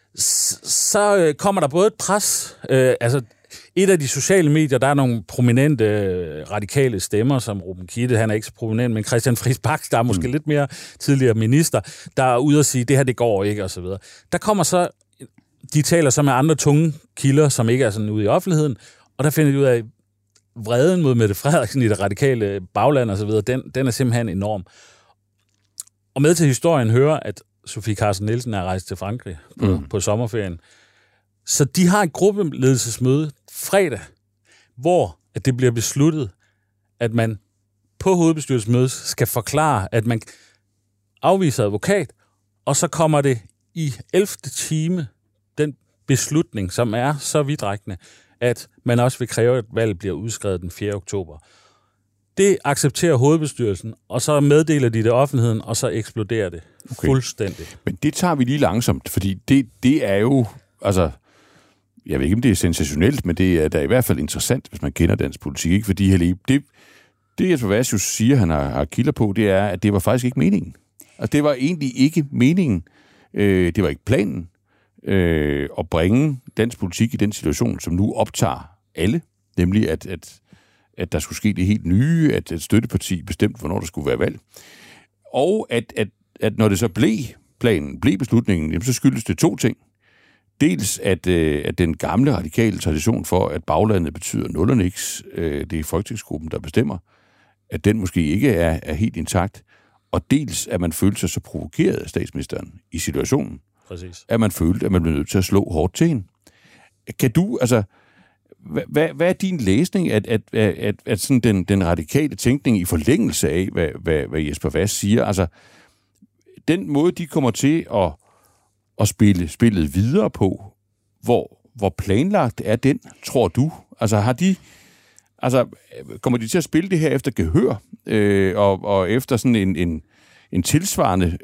Så kommer der både et pres. Et af de sociale medier, der er nogle prominente radikale stemmer, som Ruben Kidde, han er ikke så prominent, men Christian Friis Bach, der er måske lidt mere tidligere minister, der er ude og sige, det her, det går ikke, og så videre. Der kommer så de taler så med andre tunge kilder, som ikke er sådan ude i offentligheden, og der finder de ud af, vreden mod Mette Frederiksen i det radikale bagland og så videre, den er simpelthen enorm. Og med til historien hører, at Sofie Carsten Nielsen er rejst til Frankrig på sommerferien. Så de har et gruppeledelsesmøde fredag, hvor at det bliver besluttet, at man på hovedbestyrelsesmødet skal forklare, at man afviser advokat, og så kommer det i 11. time den beslutning, som er så vidtrækkende, at man også vil kræve, at valget bliver udskrevet den 4. oktober. Det accepterer hovedbestyrelsen, og så meddeler de det offentligheden, og så eksploderer det fuldstændig. Men det tager vi lige langsomt, fordi det er jo, altså, jeg ved ikke, om det er sensationelt, men det er da i hvert fald interessant, hvis man kender dansk politik, ikke? Fordi det Jesper Vassius siger, han har kilder på, det er, at det var faktisk ikke meningen. Altså, det var egentlig ikke meningen. Det var ikke planen. At bringe dansk politik i den situation, som nu optager alle, nemlig at der skulle ske det helt nye, at et støtteparti bestemte, hvornår der skulle være valg. Og at når det så blev beslutningen, jamen, så skyldes det to ting. Dels at den gamle radikale tradition for, at baglandet betyder nul og niks, det er folketingsgruppen, der bestemmer, at den måske ikke er helt intakt. Og dels at man følte sig så provokeret af statsministeren i situationen, præcis, at man følte, at man blev nødt til at slå hårdt til hende. Kan du, altså, hvad er din læsning at sådan den radikale tænkning i forlængelse af, hvad Jesper Vass siger? Altså, den måde, de kommer til at spille spillet videre på, hvor planlagt er den, tror du? Altså, kommer de til at spille det her efter gehør, og efter sådan en tilsvarende,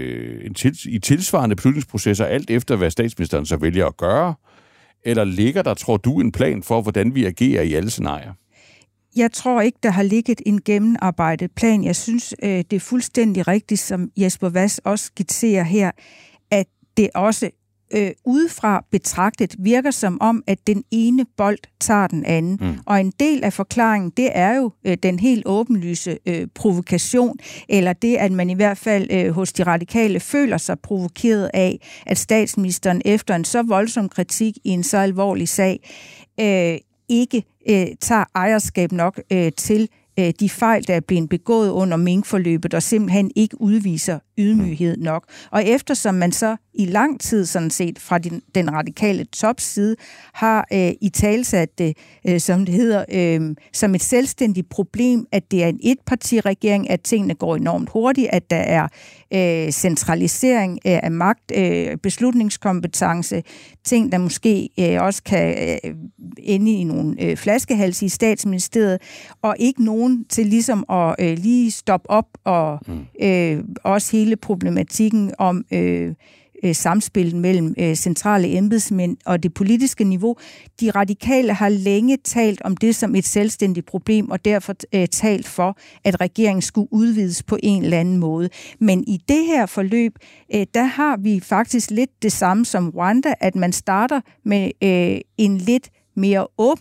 i tilsvarende beslutningsprocesser, alt efter hvad statsministeren så vælger at gøre? Eller ligger der, tror du, en plan for, hvordan vi agerer i alle scenarier? Jeg tror ikke, der har ligget en gennemarbejdet plan. Jeg synes, det er fuldstændig rigtigt, som Jesper Vass også skitserer her, at det også udefra betragtet virker som om, at den ene bold tager den anden. Og en del af forklaringen, det er jo den helt åbenlyse provokation, eller det, at man i hvert fald hos de radikale føler sig provokeret af, at statsministeren efter en så voldsom kritik i en så alvorlig sag, ikke tager ejerskab nok til de fejl, der er blevet begået under minkforløbet, og simpelthen ikke udviser ydmyghed nok. Og eftersom man så i lang tid, sådan set fra den radikale topside, har italesat det, som det hedder, som et selvstændigt problem, at det er en etpartiregering, at tingene går enormt hurtigt, at der er centralisering af magt, beslutningskompetence, ting, der måske også kan ende i nogle flaskehals i statsministeriet, og ikke nogen til ligesom at lige stoppe op, og også hele problematikken om samspillet mellem centrale embedsmænd og det politiske niveau. De radikale har længe talt om det som et selvstændigt problem, og derfor talt for, at regeringen skulle udvides på en eller anden måde. Men i det her forløb, der har vi faktisk lidt det samme som Rwanda, at man starter med en lidt mere åben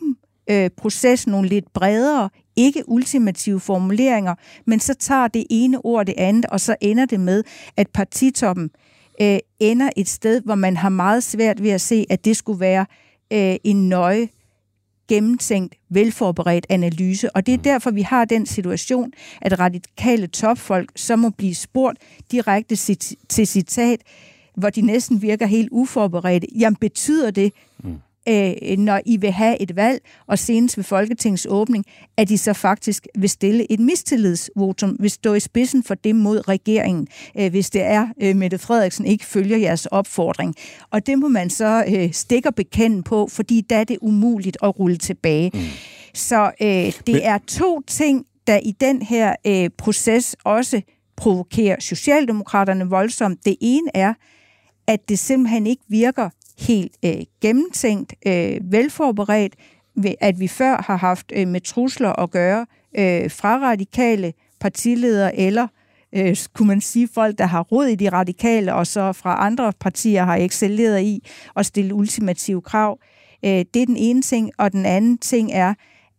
proces nogle lidt bredere, ikke ultimative formuleringer, men så tager det ene ord det andet, og så ender det med, at partitoppen ender et sted, hvor man har meget svært ved at se, at det skulle være en nøje, gennemtænkt, velforberedt analyse. Og det er derfor, vi har den situation, at radikale topfolk så må blive spurgt direkte til citat, hvor de næsten virker helt uforberedte. Jamen, betyder det, når I vil have et valg, og senest ved Folketingets åbning, at I så faktisk vil stille et mistillidsvotum, vil stå i spidsen for det mod regeringen, hvis det er, Mette Frederiksen ikke følger jeres opfordring. Og det må man så stikke og bekende på, fordi da er det umuligt at rulle tilbage. Så det er to ting, der i den her proces også provokerer Socialdemokraterne voldsomt. Det ene er, at det simpelthen ikke virker helt gennemtænkt, velforberedt, at vi før har haft med trusler at gøre fra radikale partiledere, eller kunne man sige folk, der har rod i de radikale, og så fra andre partier har excelleret i at stille ultimative krav. Det er den ene ting, og den anden ting er,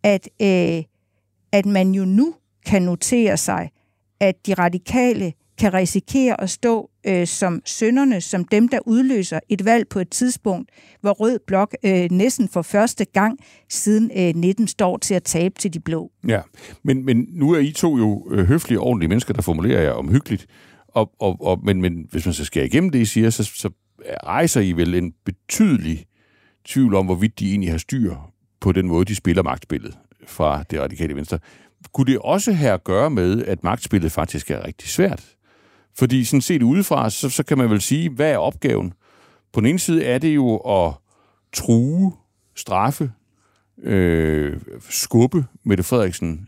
at man jo nu kan notere sig, at de radikale kan risikere at stå som synderne, som dem, der udløser et valg på et tidspunkt, hvor Rød Blok næsten for første gang siden 19 står til at tabe til de blå. Ja, men nu er I to jo høflige, ordentlige mennesker, der formulerer jer omhyggeligt, men hvis man så skærer igennem det, I siger, så rejser I vel en betydelig tvivl om, hvorvidt de egentlig har styr på den måde, de spiller magtspillet fra det radikale venstre. Kunne det også have at gøre med, at magtspillet faktisk er rigtig svært? Fordi sådan set udefra, så kan man vel sige, hvad er opgaven? På den ene side er det jo at true, straffe, skubbe Mette Frederiksen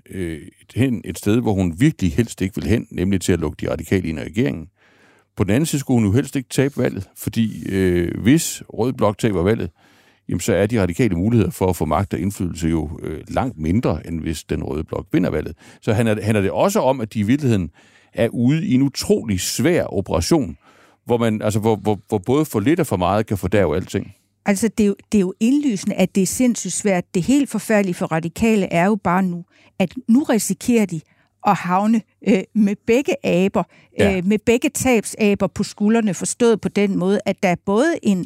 hen et sted, hvor hun virkelig helst ikke vil hen, nemlig til at lukke de radikale ind i regeringen. På den anden side skulle hun jo helst ikke tabe valget, fordi hvis Rød Blok taber valget, jamen så er de radikale muligheder for at få magt og indflydelse jo langt mindre, end hvis den Røde Blok vinder valget. Så handler det også om, at de i virkeligheden er ude i en utrolig svær operation, hvor man hvor både for lidt og for meget kan fordærve alting. Altså, det er jo indlysende, at det er sindssygt svært. Det helt forfærdelige for radikale er jo bare nu, at nu risikerer de at havne med begge aber, med begge tabsaber på skuldrene, forstået på den måde, at der er både en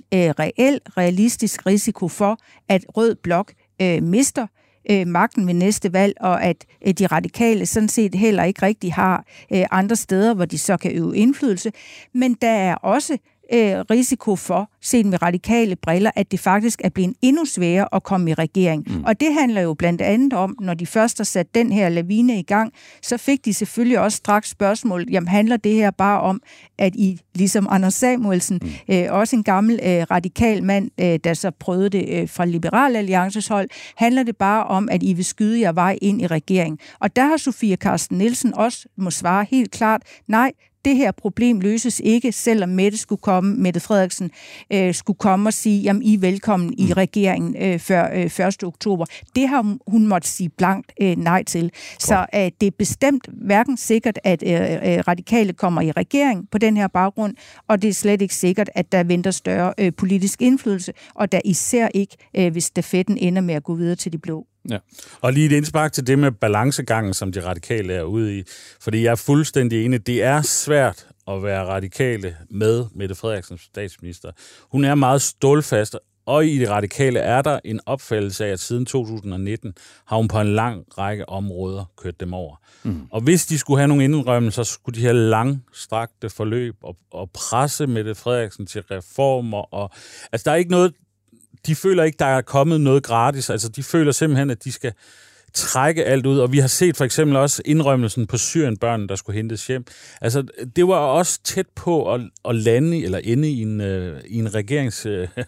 realistisk risiko for, at Rød Blok mister magten ved næste valg, og at de radikale sådan set heller ikke rigtig har andre steder, hvor de så kan øve indflydelse. Men der er også risiko for, set med radikale briller, at det faktisk er blevet endnu sværere at komme i regering. Og det handler jo blandt andet om, når de først har sat den her lavine i gang, så fik de selvfølgelig også straks spørgsmål, jamen handler det her bare om, at I, ligesom Anders Samuelsen, også en gammel radikal mand, der så prøvede det fra Liberal Alliances hold, handler det bare om, at I vil skyde jer vej ind i regeringen. Og der har Sofie Carsten Nielsen også må svare helt klart, nej, det her problem løses ikke, selvom Mette Frederiksen skulle komme og sige, jamen I er velkommen i regeringen før 1. oktober. Det har hun måtte sige blankt nej til. Så det er bestemt hverken sikkert, at radikale kommer i regering på den her baggrund, og det er slet ikke sikkert, at der venter større politisk indflydelse, og der især ikke, hvis stafetten ender med at gå videre til de blå. Ja. Og lige et indspark til det med balancegangen, som de radikale er ude i. Fordi jeg er fuldstændig enig, det er svært at være radikale med Mette Frederiksen statsminister. Hun er meget stålfast, og i det radikale er der en opfattelse af, at siden 2019 har hun på en lang række områder kørt dem over. Og hvis de skulle have nogle indrømmelser, så skulle de have langstrakte forløb og presse Mette Frederiksen til reformer. Og, altså, der er ikke noget. De føler ikke, der er kommet noget gratis. Altså, de føler simpelthen, at de skal trække alt ud. Og vi har set for eksempel også indrømmelsen på Syrienbørnene, der skulle hentes hjem. Altså, det var også tæt på at lande eller ende i en regerings...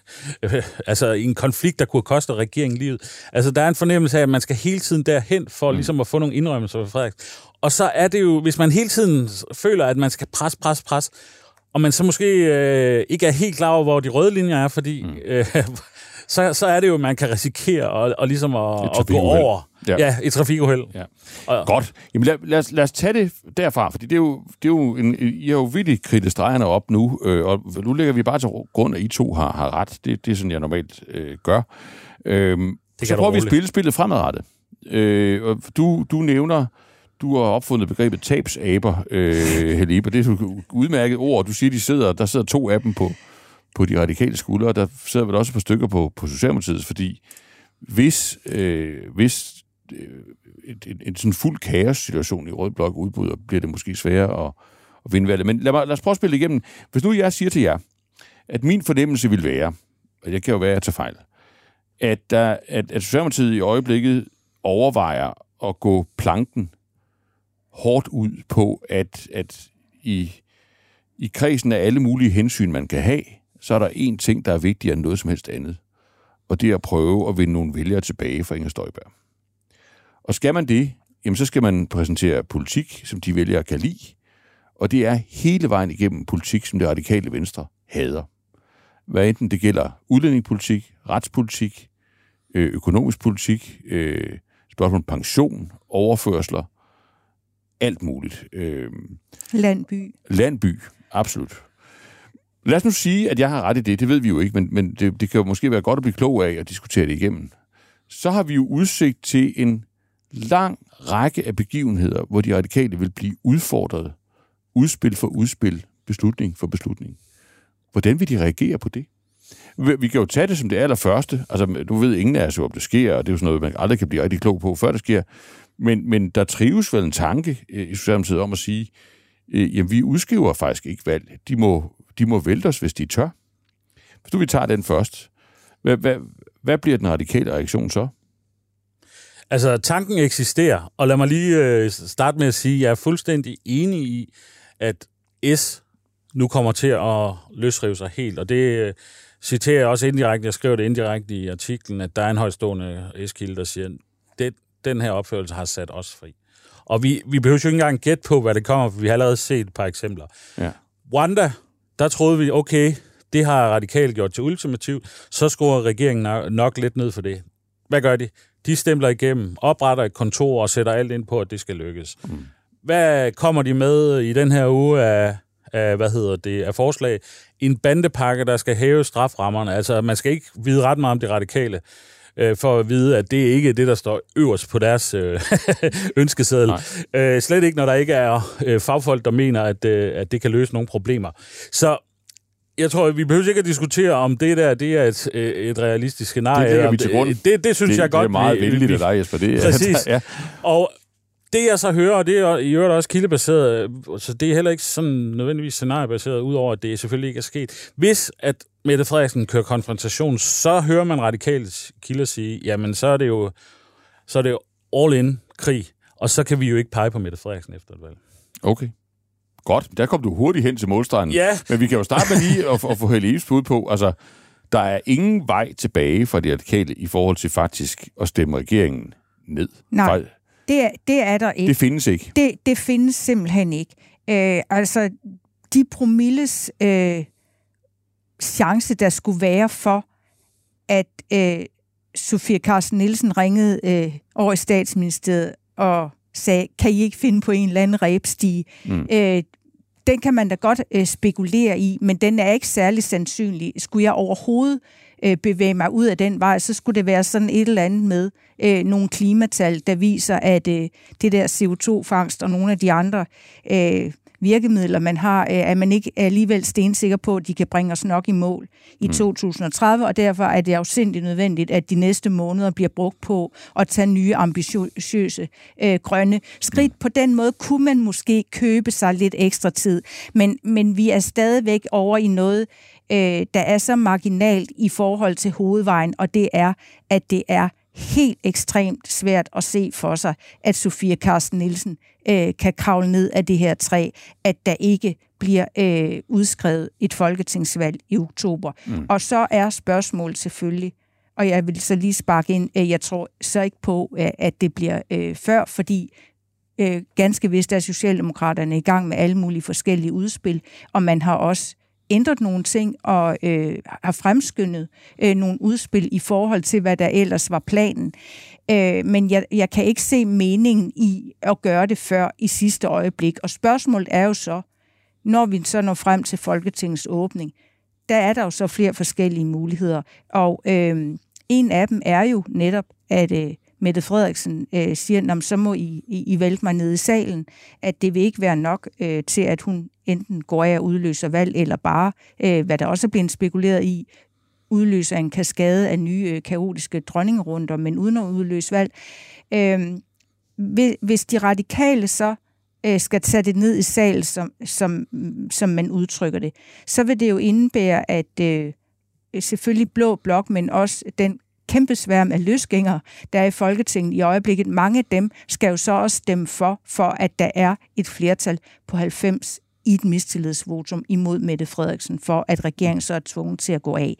altså, i en konflikt, der kunne koste regeringen livet. Altså, der er en fornemmelse af, at man skal hele tiden derhen for ligesom at få nogle indrømmelser fra Frederik. Og så er det jo, hvis man hele tiden føler, at man skal presse, og man så måske ikke er helt klar over, hvor de røde linjer er, fordi... Så er det jo, at man kan risikere at ligesom at gå over et trafikuheld. Ja. Godt. Jamen lad os tage det derfra, fordi det er jo I har jo virkelig kridtet stregerne op nu, og nu lægger vi bare til grund, at I to har ret. Det er sådan, jeg normalt gør. Så prøver vi at spille spillet fremadrettet. Du nævner, du har opfundet begrebet tabsaber, Helebe. Det er et udmærket ord. Du siger, der sidder 2 af dem på de radikale skuldre, og der sidder vel også et par stykker på Socialdemokratiet, fordi hvis en sådan fuld kaos-situation i Rød Blok udbryder, bliver det måske sværere at vinde valget. Men lad os prøve at spille igennem. Hvis nu jeg siger til jer, at min fornemmelse vil være, og jeg kan jo være, at jeg tager fejl, at Socialdemokratiet i øjeblikket overvejer at gå planken hårdt ud på, at i kredsen af alle mulige hensyn, man kan have, så er der én ting, der er vigtigere end noget som helst andet. Og det er at prøve at vinde nogle vælgere tilbage fra Inger Støjberg. Og skal man det, jamen så skal man præsentere politik, som de vælgere kan lide. Og det er hele vejen igennem politik, som det radikale venstre hader. Hvad enten det gælder udlændingepolitik, retspolitik, økonomisk politik, spørgsmål om pension, overførsler, alt muligt. Landby, absolut. Lad os nu sige, at jeg har ret i det. Det ved vi jo ikke, men det kan jo måske være godt at blive klog af at diskutere det igennem. Så har vi jo udsigt til en lang række af begivenheder, hvor de radikale vil blive udfordret. Udspil for udspil, beslutning for beslutning. Hvordan vil de reagere på det? Vi kan jo tage det som det allerførste. Altså, du ved ingen af os, om det sker, og det er jo sådan noget, man aldrig kan blive rigtig klog på, før det sker. Men der trives vel en tanke i Socialdemokratiet om at sige, jamen, vi udskriver faktisk ikke valg. De må vælte os, hvis de tør. Hvis du vil tage den først, hvad bliver den radikale reaktion så? Altså, tanken eksisterer, og lad mig lige starte med at sige, at jeg er fuldstændig enig i, at S nu kommer til at løsrive sig helt, og det citerer jeg også indirekte, jeg skrev det indirekte i artiklen, at der er en højstående S-kilde, der siger, at den her opførelse har sat os fri. Og vi behøver jo ikke engang gætte på, hvad det kommer, for vi har allerede set et par eksempler. Ja. Rwanda, der troede vi, okay, det har radikalt gjort til ultimativt, så skruer regeringen nok lidt ned for det. Hvad gør de? De stempler igennem, opretter et kontor og sætter alt ind på, at det skal lykkes. Hvad kommer de med i den her uge af forslag? En bandepakke, der skal hæve straframmerne. Altså, man skal ikke vide ret meget om det radikale, for at vide, at det ikke er det, der står øverst på deres ønskeseddel. Slet ikke, når der ikke er fagfolk, der mener, at det kan løse nogle problemer. Så jeg tror, vi behøver ikke at diskutere, om det der det er et realistisk scenarie. Det vi til grund. Det synes jeg godt. Det er meget vældigt af dig, Jesper. Det præcis. Ja. Og det jeg så hører, og det er i øvrigt også kildebaseret, så det er heller ikke sådan nødvendigvis scenariebaseret, udover at det selvfølgelig ikke er sket. Hvis at Mette Frederiksen kører konfrontation, så hører man radikalt kilder sige, jamen så er det jo all-in krig, og så kan vi jo ikke pege på Mette Frederiksen efter et valg. Okay. Godt, der kom du hurtigt hen til målstregen. Ja. Men vi kan jo starte med lige at få Helle Eves bud på, altså, der er ingen vej tilbage fra de radikale i forhold til faktisk at stemme regeringen ned. Nej, det er der ikke. Det findes ikke. Det findes simpelthen ikke. Altså, de promilles chance, der skulle være for, at Sofie Carsten Nielsen ringede over i Statsministeriet og sagde, kan I ikke finde på en eller anden rebstige? Den kan man da godt spekulere i, men den er ikke særlig sandsynlig. Skulle jeg overhovedet bevæge mig ud af den vej, så skulle det være sådan et eller andet med nogle klimatal, der viser, at det der CO2-fangst og nogle af de andre virkemidler, man har, er man ikke alligevel stensikker på, at de kan bringe os nok i mål i 2030, og derfor er det afsindigt nødvendigt, at de næste måneder bliver brugt på at tage nye, ambitiøse grønne skridt. På den måde kunne man måske købe sig lidt ekstra tid, men vi er stadigvæk over i noget, der er så marginalt i forhold til hovedvejen, og det er, at det er helt ekstremt svært at se for sig, at Sofie Carsten Nielsen kan kravle ned af det her træ, at der ikke bliver udskrevet et folketingsvalg i oktober. Og så er spørgsmålet selvfølgelig, og jeg vil så lige sparke ind, jeg tror så ikke på, at det bliver før, fordi ganske vist er Socialdemokraterne i gang med alle mulige forskellige udspil, og man har også ændret nogle ting og har fremskyndet nogle udspil i forhold til, hvad der ellers var planen. Men jeg kan ikke se meningen i at gøre det før i sidste øjeblik. Og spørgsmålet er jo så, når vi så når frem til Folketingets åbning, der er der jo så flere forskellige muligheder. Og En af dem er jo netop, at Mette Frederiksen siger, så må I vælte mig ned i salen, at det vil ikke være nok til, at hun enten går af og udløser valg, eller bare, hvad der også er blevet spekuleret i, udløser en kaskade af nye kaotiske dronningerunder, men uden at udløse valg. Hvis de radikale så skal tage det ned i sal, som man udtrykker det, så vil det jo indebære, at selvfølgelig Blå Blok, men også den kæmpe sværm af løsgængere, der er i Folketinget i øjeblikket. Mange af dem skal jo så også stemme for at der er et flertal på 90 i et mistillidsvotum imod Mette Frederiksen, for at regeringen så er tvunget til at gå af.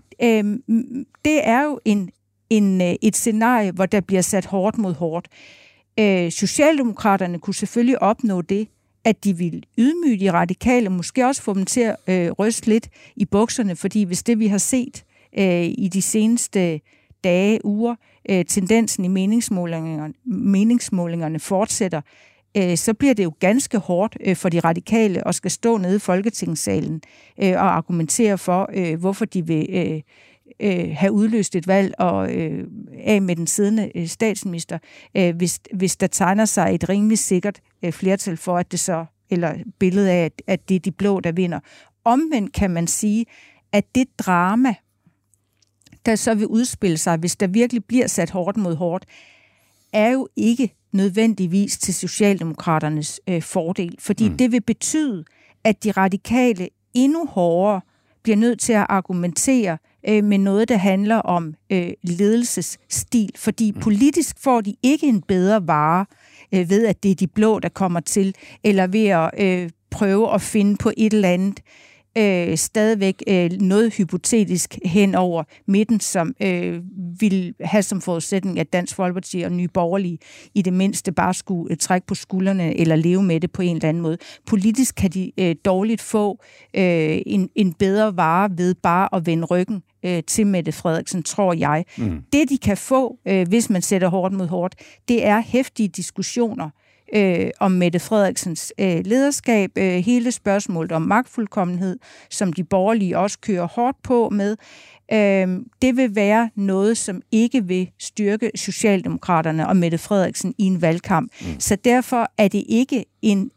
Det er jo et scenarie, hvor der bliver sat hårdt mod hårdt. Socialdemokraterne kunne selvfølgelig opnå det, at de ville ydmyge de radikale, måske også få dem til at ryste lidt i bukserne, fordi hvis det, vi har set i de seneste dage, uger, tendensen i meningsmålingerne fortsætter, så bliver det jo ganske hårdt for de radikale at skal stå nede i Folketingssalen og argumentere for, hvorfor de vil have udløst et valg og af med den siddende statsminister, hvis der tegner sig et rimelig sikkert flertal for, at det så, eller billede af, at det er de blå, der vinder. Omvendt kan man sige, at det drama, der så vil udspille sig, hvis der virkelig bliver sat hårdt mod hårdt, er jo ikke nødvendigvis til Socialdemokraternes fordel, fordi det vil betyde, at de radikale endnu hårdere bliver nødt til at argumentere med noget, der handler om ledelsesstil, fordi politisk får de ikke en bedre vare ved, at det er de blå, der kommer til, eller ved at prøve at finde på et eller andet stadigvæk noget hypotetisk hen over midten, som vil have som forudsætning, at Dansk Folkeparti og Nye Borgerlige i det mindste bare skulle trække på skuldrene eller leve med det på en eller anden måde. Politisk kan de dårligt få en bedre vare ved bare at vende ryggen til Mette Frederiksen, tror jeg. Det, de kan få, hvis man sætter hårdt mod hårdt, det er heftige diskussioner om Mette Frederiksens lederskab, hele spørgsmålet om magtfuldkommenhed, som de borgerlige også kører hårdt på med. Det vil være noget, som ikke vil styrke Socialdemokraterne og Mette Frederiksen i en valgkamp. Så derfor er det ikke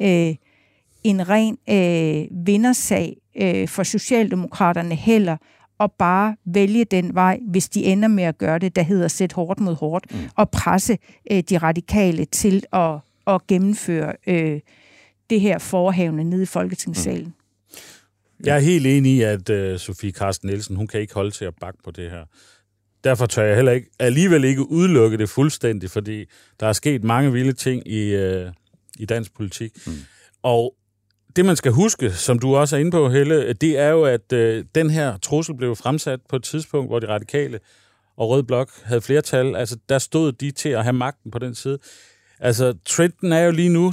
en ren vindersag for Socialdemokraterne heller, og bare vælge den vej, hvis de ender med at gøre det, der hedder sæt hårdt mod hårdt, og presse de radikale til at gennemføre det her forehavende nede i Folketingssalen. Jeg er helt enig i, at Sofie Carsten Nielsen, hun kan ikke holde til at bakke på det her. Derfor tør jeg alligevel ikke udelukke det fuldstændig, fordi der er sket mange vilde ting i dansk politik. Og det, man skal huske, som du også er inde på, Helle, det er jo, at den her trussel blev fremsat på et tidspunkt, hvor de radikale og Rød Blok havde flertal. Altså, der stod de til at have magten på den side. Altså, trenden er jo lige nu,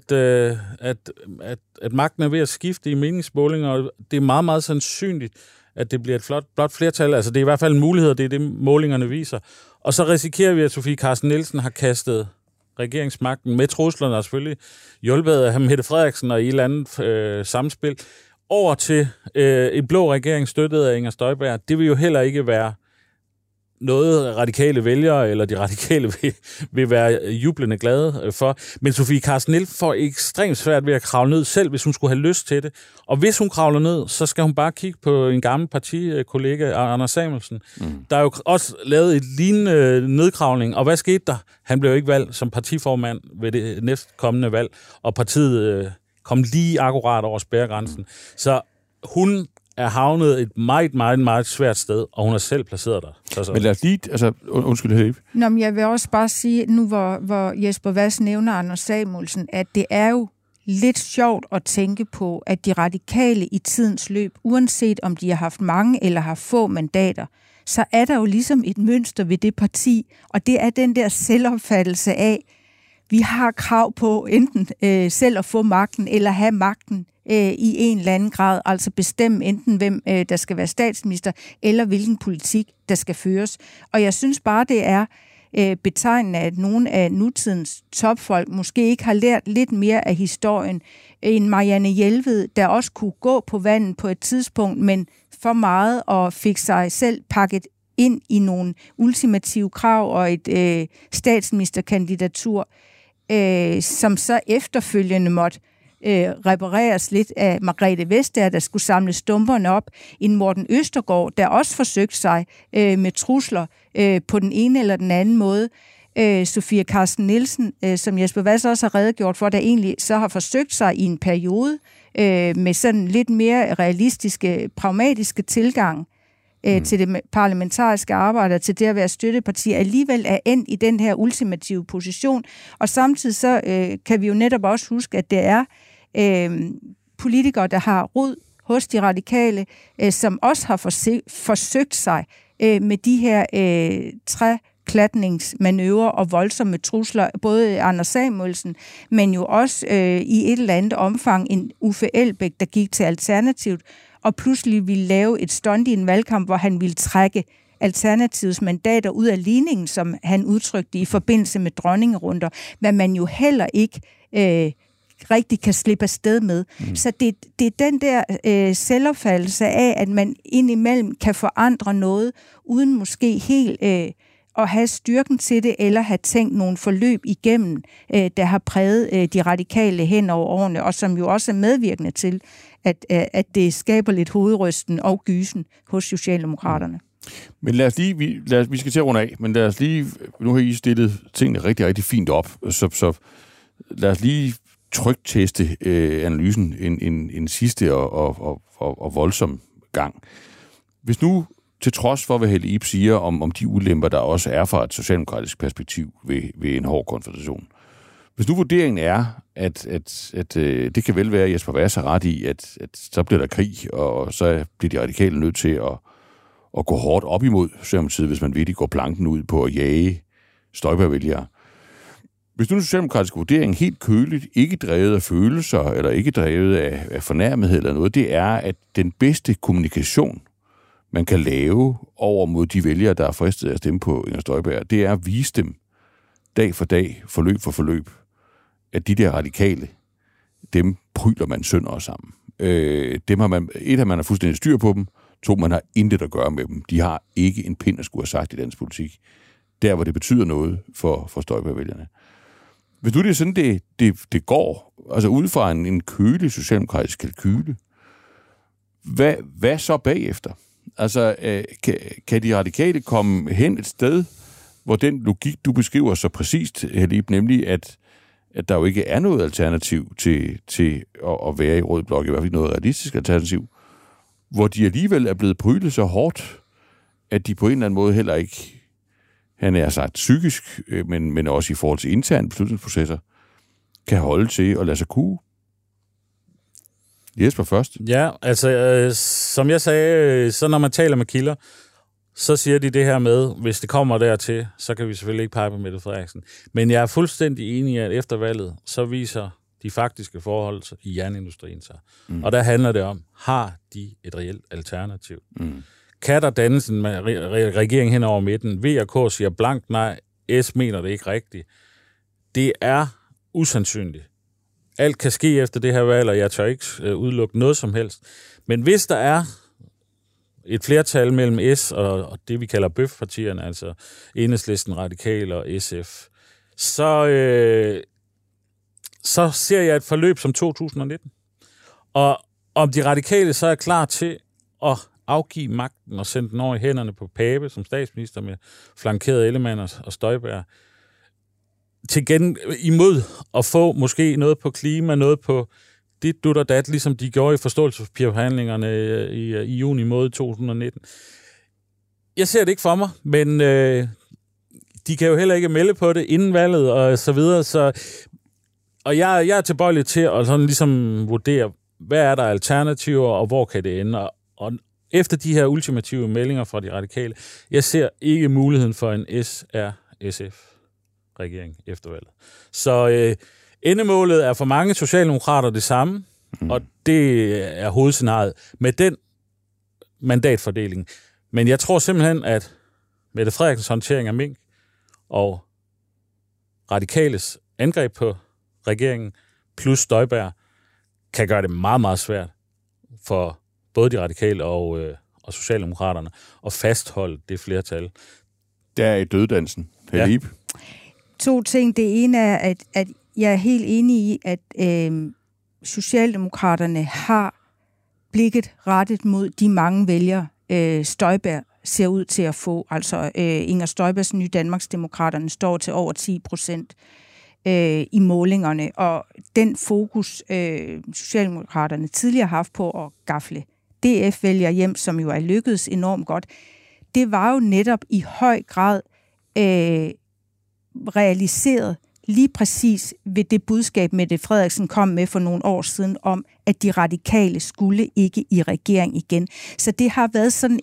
at magten er ved at skifte i meningsmålinger, og det er meget, meget sandsynligt, at det bliver et blot flertal. Altså, det er i hvert fald en mulighed, det er det, målingerne viser. Og så risikerer vi, at Sofie Carsten Nielsen har kastet regeringsmagten med truslerne, og selvfølgelig hjulpet af Mette Frederiksen og i et eller andet samspil, over til en blå regering støttet af Inger Støjberg. Det vil jo heller ikke være noget radikale vælgere, eller de radikale vil være jublende glade for. Men Sofie Carsten Nielsen får ekstremt svært ved at kravle ned selv, hvis hun skulle have lyst til det. Og hvis hun kravler ned, så skal hun bare kigge på en gammel partikollega, Anders Samuelsen. Der er jo også lavet et lignende nedkravling. Og hvad skete der? Han blev jo ikke valgt som partiformand ved det næstkommende valg, og partiet kom lige akkurat over spærregrænsen. Så hun er havnet et meget, meget, meget svært sted, og hun har selv placeret der. Men lad os lige, undskyld, Helle. Nå, men jeg vil også bare sige, nu hvor Jesper Vass nævner Anders Samuelsen, at det er jo lidt sjovt at tænke på, at de radikale i tidens løb, uanset om de har haft mange eller har få mandater, så er der jo ligesom et mønster ved det parti, og det er den der selvopfattelse af, vi har krav på enten selv at få magten, eller have magten i en eller anden grad, altså bestemme enten hvem der skal være statsminister, eller hvilken politik der skal føres. Og jeg synes bare, det er betegnende, at nogle af nutidens topfolk måske ikke har lært lidt mere af historien end Marianne Jelved, der også kunne gå på vandet på et tidspunkt, men for meget og fik sig selv pakket ind i nogle ultimative krav og et statsministerkandidatur, som så efterfølgende måtte repareres lidt af Margrethe Vestager, der skulle samle stumperne op, en Morten Østergaard, der også forsøgte sig med trusler på den ene eller den anden måde. Sofie Carsten Nielsen, som Jesper Waltz også har redegjort for, der egentlig så har forsøgt sig i en periode med sådan lidt mere realistiske, pragmatiske tilgang til det parlamentariske arbejde, til det at være støtteparti, alligevel er endt i den her ultimative position. Og samtidig så kan vi jo netop også huske, at det er politikere, der har rod hos de radikale, som også har forsøgt sig med de her træklatningsmanøvrer og voldsomme trusler, både Anders Samuelsen, men jo også i et eller andet omfang en Uffe Elbæk, der gik til Alternativet, og pludselig ville lave et stunt i en valgkamp, hvor han ville trække Alternativets mandater ud af ligningen, som han udtrykte i forbindelse med dronningerunder, hvad man jo heller ikke rigtig kan slippe afsted med. Så det er den der selvopfattelse af, at man indimellem kan forandre noget, uden måske helt at have styrken til det, eller have tænkt nogle forløb igennem, der har præget de radikale hen over årene, og som jo også er medvirkende til, at det skaber lidt hovedrysten og gysen hos Socialdemokraterne. Men vi skal til at runde af, men lad os lige, nu har I stillet tingene rigtig, rigtig fint op, så lad os lige trykteste analysen en sidste og voldsom gang. Hvis nu, til trods for, hvad Helle Ib siger om de ulemper, der også er fra et socialdemokratisk perspektiv ved en hård konfrontation. Hvis nu vurderingen er, at det kan vel være, at Jesper Waltz har ret i, at så bliver der krig, og så bliver de radikale nødt til at gå hårdt op imod Socialdemokratiet, hvis man virkelig går planken ud på at jage Støjberg-vælgere. Hvis nu den socialdemokratiske vurdering helt køligt, ikke drevet af følelser, eller ikke drevet af fornærmethed eller noget, det er, at den bedste kommunikation, man kan lave over mod de vælgere, der er fristet at stemme på Inger Støjberg, det er at vise dem dag for dag, forløb for forløb, at de der radikale, dem pryler man sønder og sammen. Dem har man har fuldstændig styr på dem, 2, man har intet at gøre med dem. De har ikke en pind at skulle have sagt i dansk politik. Der, hvor det betyder noget for Støjberg-vælgerne. Hvis nu det er sådan, det går, altså ud fra en kølig socialdemokratisk kalkyle, hvad så bagefter? Altså, kan de radikale komme hen et sted, hvor den logik, du beskriver så præcist, Helib, nemlig at der jo ikke er noget alternativ til at være i rød blok, i hvert fald noget realistisk alternativ, hvor de alligevel er blevet prylet så hårdt, at de på en eller anden måde heller ikke, han er sagt psykisk, men også i forhold til interne beslutningsprocesser, kan holde til at lade sig kue. Jesper først. Ja, altså, som jeg sagde, så når man taler med kilder, så siger de det her med, hvis det kommer dertil, så kan vi selvfølgelig ikke pege på Mette Frederiksen. Men jeg er fuldstændig enig i, at efter valget, så viser de faktiske forhold i jernindustrien sig. Og der handler det om, har de et reelt alternativ? Kan der dannes en regering hen over midten? VK siger blankt nej, S mener det ikke rigtigt. Det er usandsynligt. Alt kan ske efter det her valg, og jeg tør ikke udelukke noget som helst. Men hvis der er et flertal mellem S og det, vi kalder bøfpartierne, altså Enhedslisten, Radikale og SF, så ser jeg et forløb som 2019. Og om de radikale så er klar til at afgive magten og sende den over i hænderne på Pape som statsminister med flankeret Ellemann og Støjberg, imod at få måske noget på klima, noget på dit, dut og dat, ligesom de gjorde i forståelsespapirforhandlingerne i juni måned 2019. Jeg ser det ikke for mig, men de kan jo heller ikke melde på det inden valget og så videre. Og jeg er tilbøjelig til at sådan ligesom vurdere, hvad er der alternativer, og hvor kan det ende? Og efter de her ultimative meldinger fra de radikale, jeg ser ikke muligheden for en SRSF-regering efter valget. Så endemålet er for mange socialdemokrater det samme, og det er hovedscenariet med den mandatfordeling. Men jeg tror simpelthen, at Mette Frederiksens håndtering af mink og radikales angreb på regeringen plus Støjberg kan gøre det meget, meget svært for både de radikale og Socialdemokraterne at fastholde det flertal. Der er i døddansen. Halib? Ja. 2 ting. Det ene er, at jeg er helt enig i, at Socialdemokraterne har blikket rettet mod de mange vælgere, Støjberg ser ud til at få. Altså Inger Støjbergs nye Danmarksdemokraterne står til over 10% i målingerne, og den fokus Socialdemokraterne tidligere har haft på at gafle DF-vælgere hjem, som jo er lykkedes enormt godt, det var jo netop i høj grad realiseret lige præcis ved det budskab, Mette Frederiksen kom med for nogle år siden om, at de radikale skulle ikke i regering igen. Så det har været sådan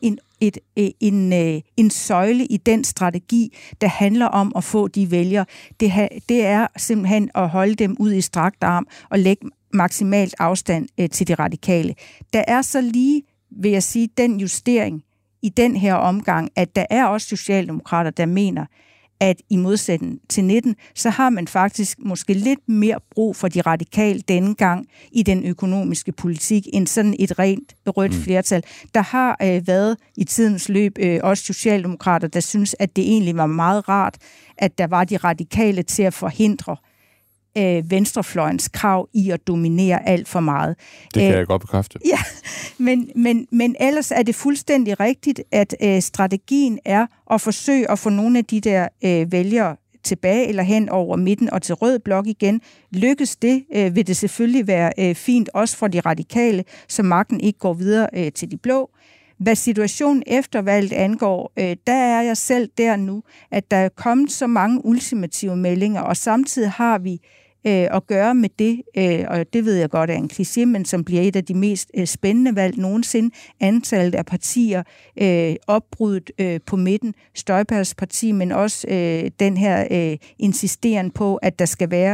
en søjle i den strategi, der handler om at få de vælgere. Det er simpelthen at holde dem ud i strakt arm og lægge maksimalt afstand til de radikale. Der er så lige, vil jeg sige, den justering i den her omgang, at der er også socialdemokrater, der mener, at i modsætning til 19, så har man faktisk måske lidt mere brug for de radikale denne gang i den økonomiske politik, end sådan et rent rødt flertal. Der har været i tidens løb også socialdemokrater, der synes, at det egentlig var meget rart, at der var de radikale til at forhindre venstrefløjens krav i at dominere alt for meget. Det kan jeg godt bekræfte. Ja, men ellers er det fuldstændig rigtigt, at strategien er at forsøge at få nogle af de der vælgere tilbage eller hen over midten og til rød blok igen. Lykkes det, vil det selvfølgelig være fint, også for de radikale, så magten ikke går videre til de blå. Hvad situationen efter valget angår, der er jeg selv der nu, at der er kommet så mange ultimative meldinger, og samtidig har vi at gøre med det, og det ved jeg godt er en kliché, men som bliver et af de mest spændende valg nogensinde, antallet af partier, opbruddet på midten, Støjbergs parti, men også den her insisteren på, at der skal være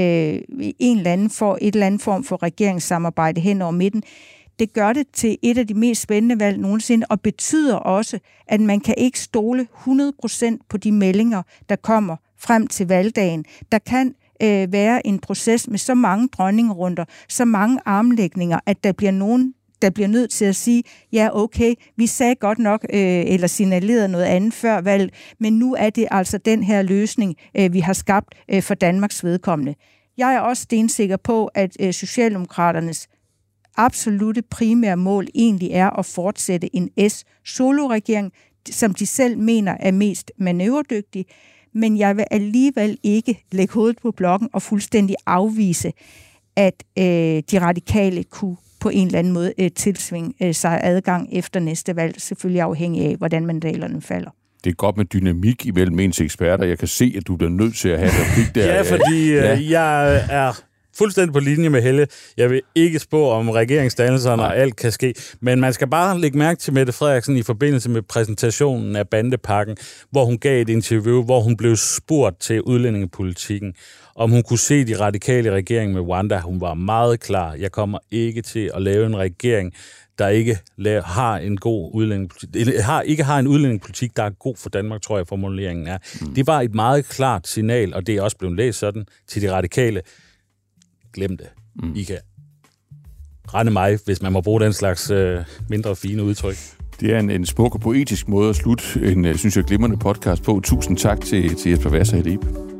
et eller andet form for regeringssamarbejde hen over midten. Det gør det til et af de mest spændende valg nogensinde, og betyder også, at man kan ikke stole 100% på de meldinger, der kommer frem til valgdagen. Der kan være en proces med så mange dronningerunder, så mange armlægninger, at der bliver nogen, der bliver nødt til at sige, ja okay, vi sagde godt nok, eller signalerede noget andet før valget, men nu er det altså den her løsning, vi har skabt for Danmarks vedkommende. Jeg er også stensikker på, at Socialdemokraternes absolutte primære mål egentlig er at fortsætte en S-solo-regering, som de selv mener er mest manøvredygtig, men jeg vil alligevel ikke lægge hovedet på blokken og fuldstændig afvise, at de radikale kunne på en eller anden måde tilsvinge sig adgang efter næste valg, selvfølgelig afhængig af, hvordan mandaterne falder. Det er godt med dynamik imellem ens eksperter. Jeg kan se, at du bliver nødt til at have en replik der. Ja, fordi jeg er fuldstændig på linje med Helle. Jeg vil ikke spå om regeringsdannelserne, og alt kan ske. Men man skal bare lægge mærke til Mette Frederiksen i forbindelse med præsentationen af bandepakken, hvor hun gav et interview, hvor hun blev spurgt til udlændingepolitikken, om hun kunne se de radikale regering med Wanda. Hun var meget klar. Jeg kommer ikke til at lave en regering, der ikke har en god udlændingepolitik, ikke har en udlændingepolitik, der er god for Danmark, tror jeg, formuleringen er. Det var et meget klart signal, og det er også blevet læst sådan til de radikale. Glem det. I kan rende mig, hvis man må bruge den slags mindre fine udtryk. Det er en smuk og poetisk måde at slutte en, synes jeg, glimrende podcast på. Tusind tak til Jesper Hvasser Halib.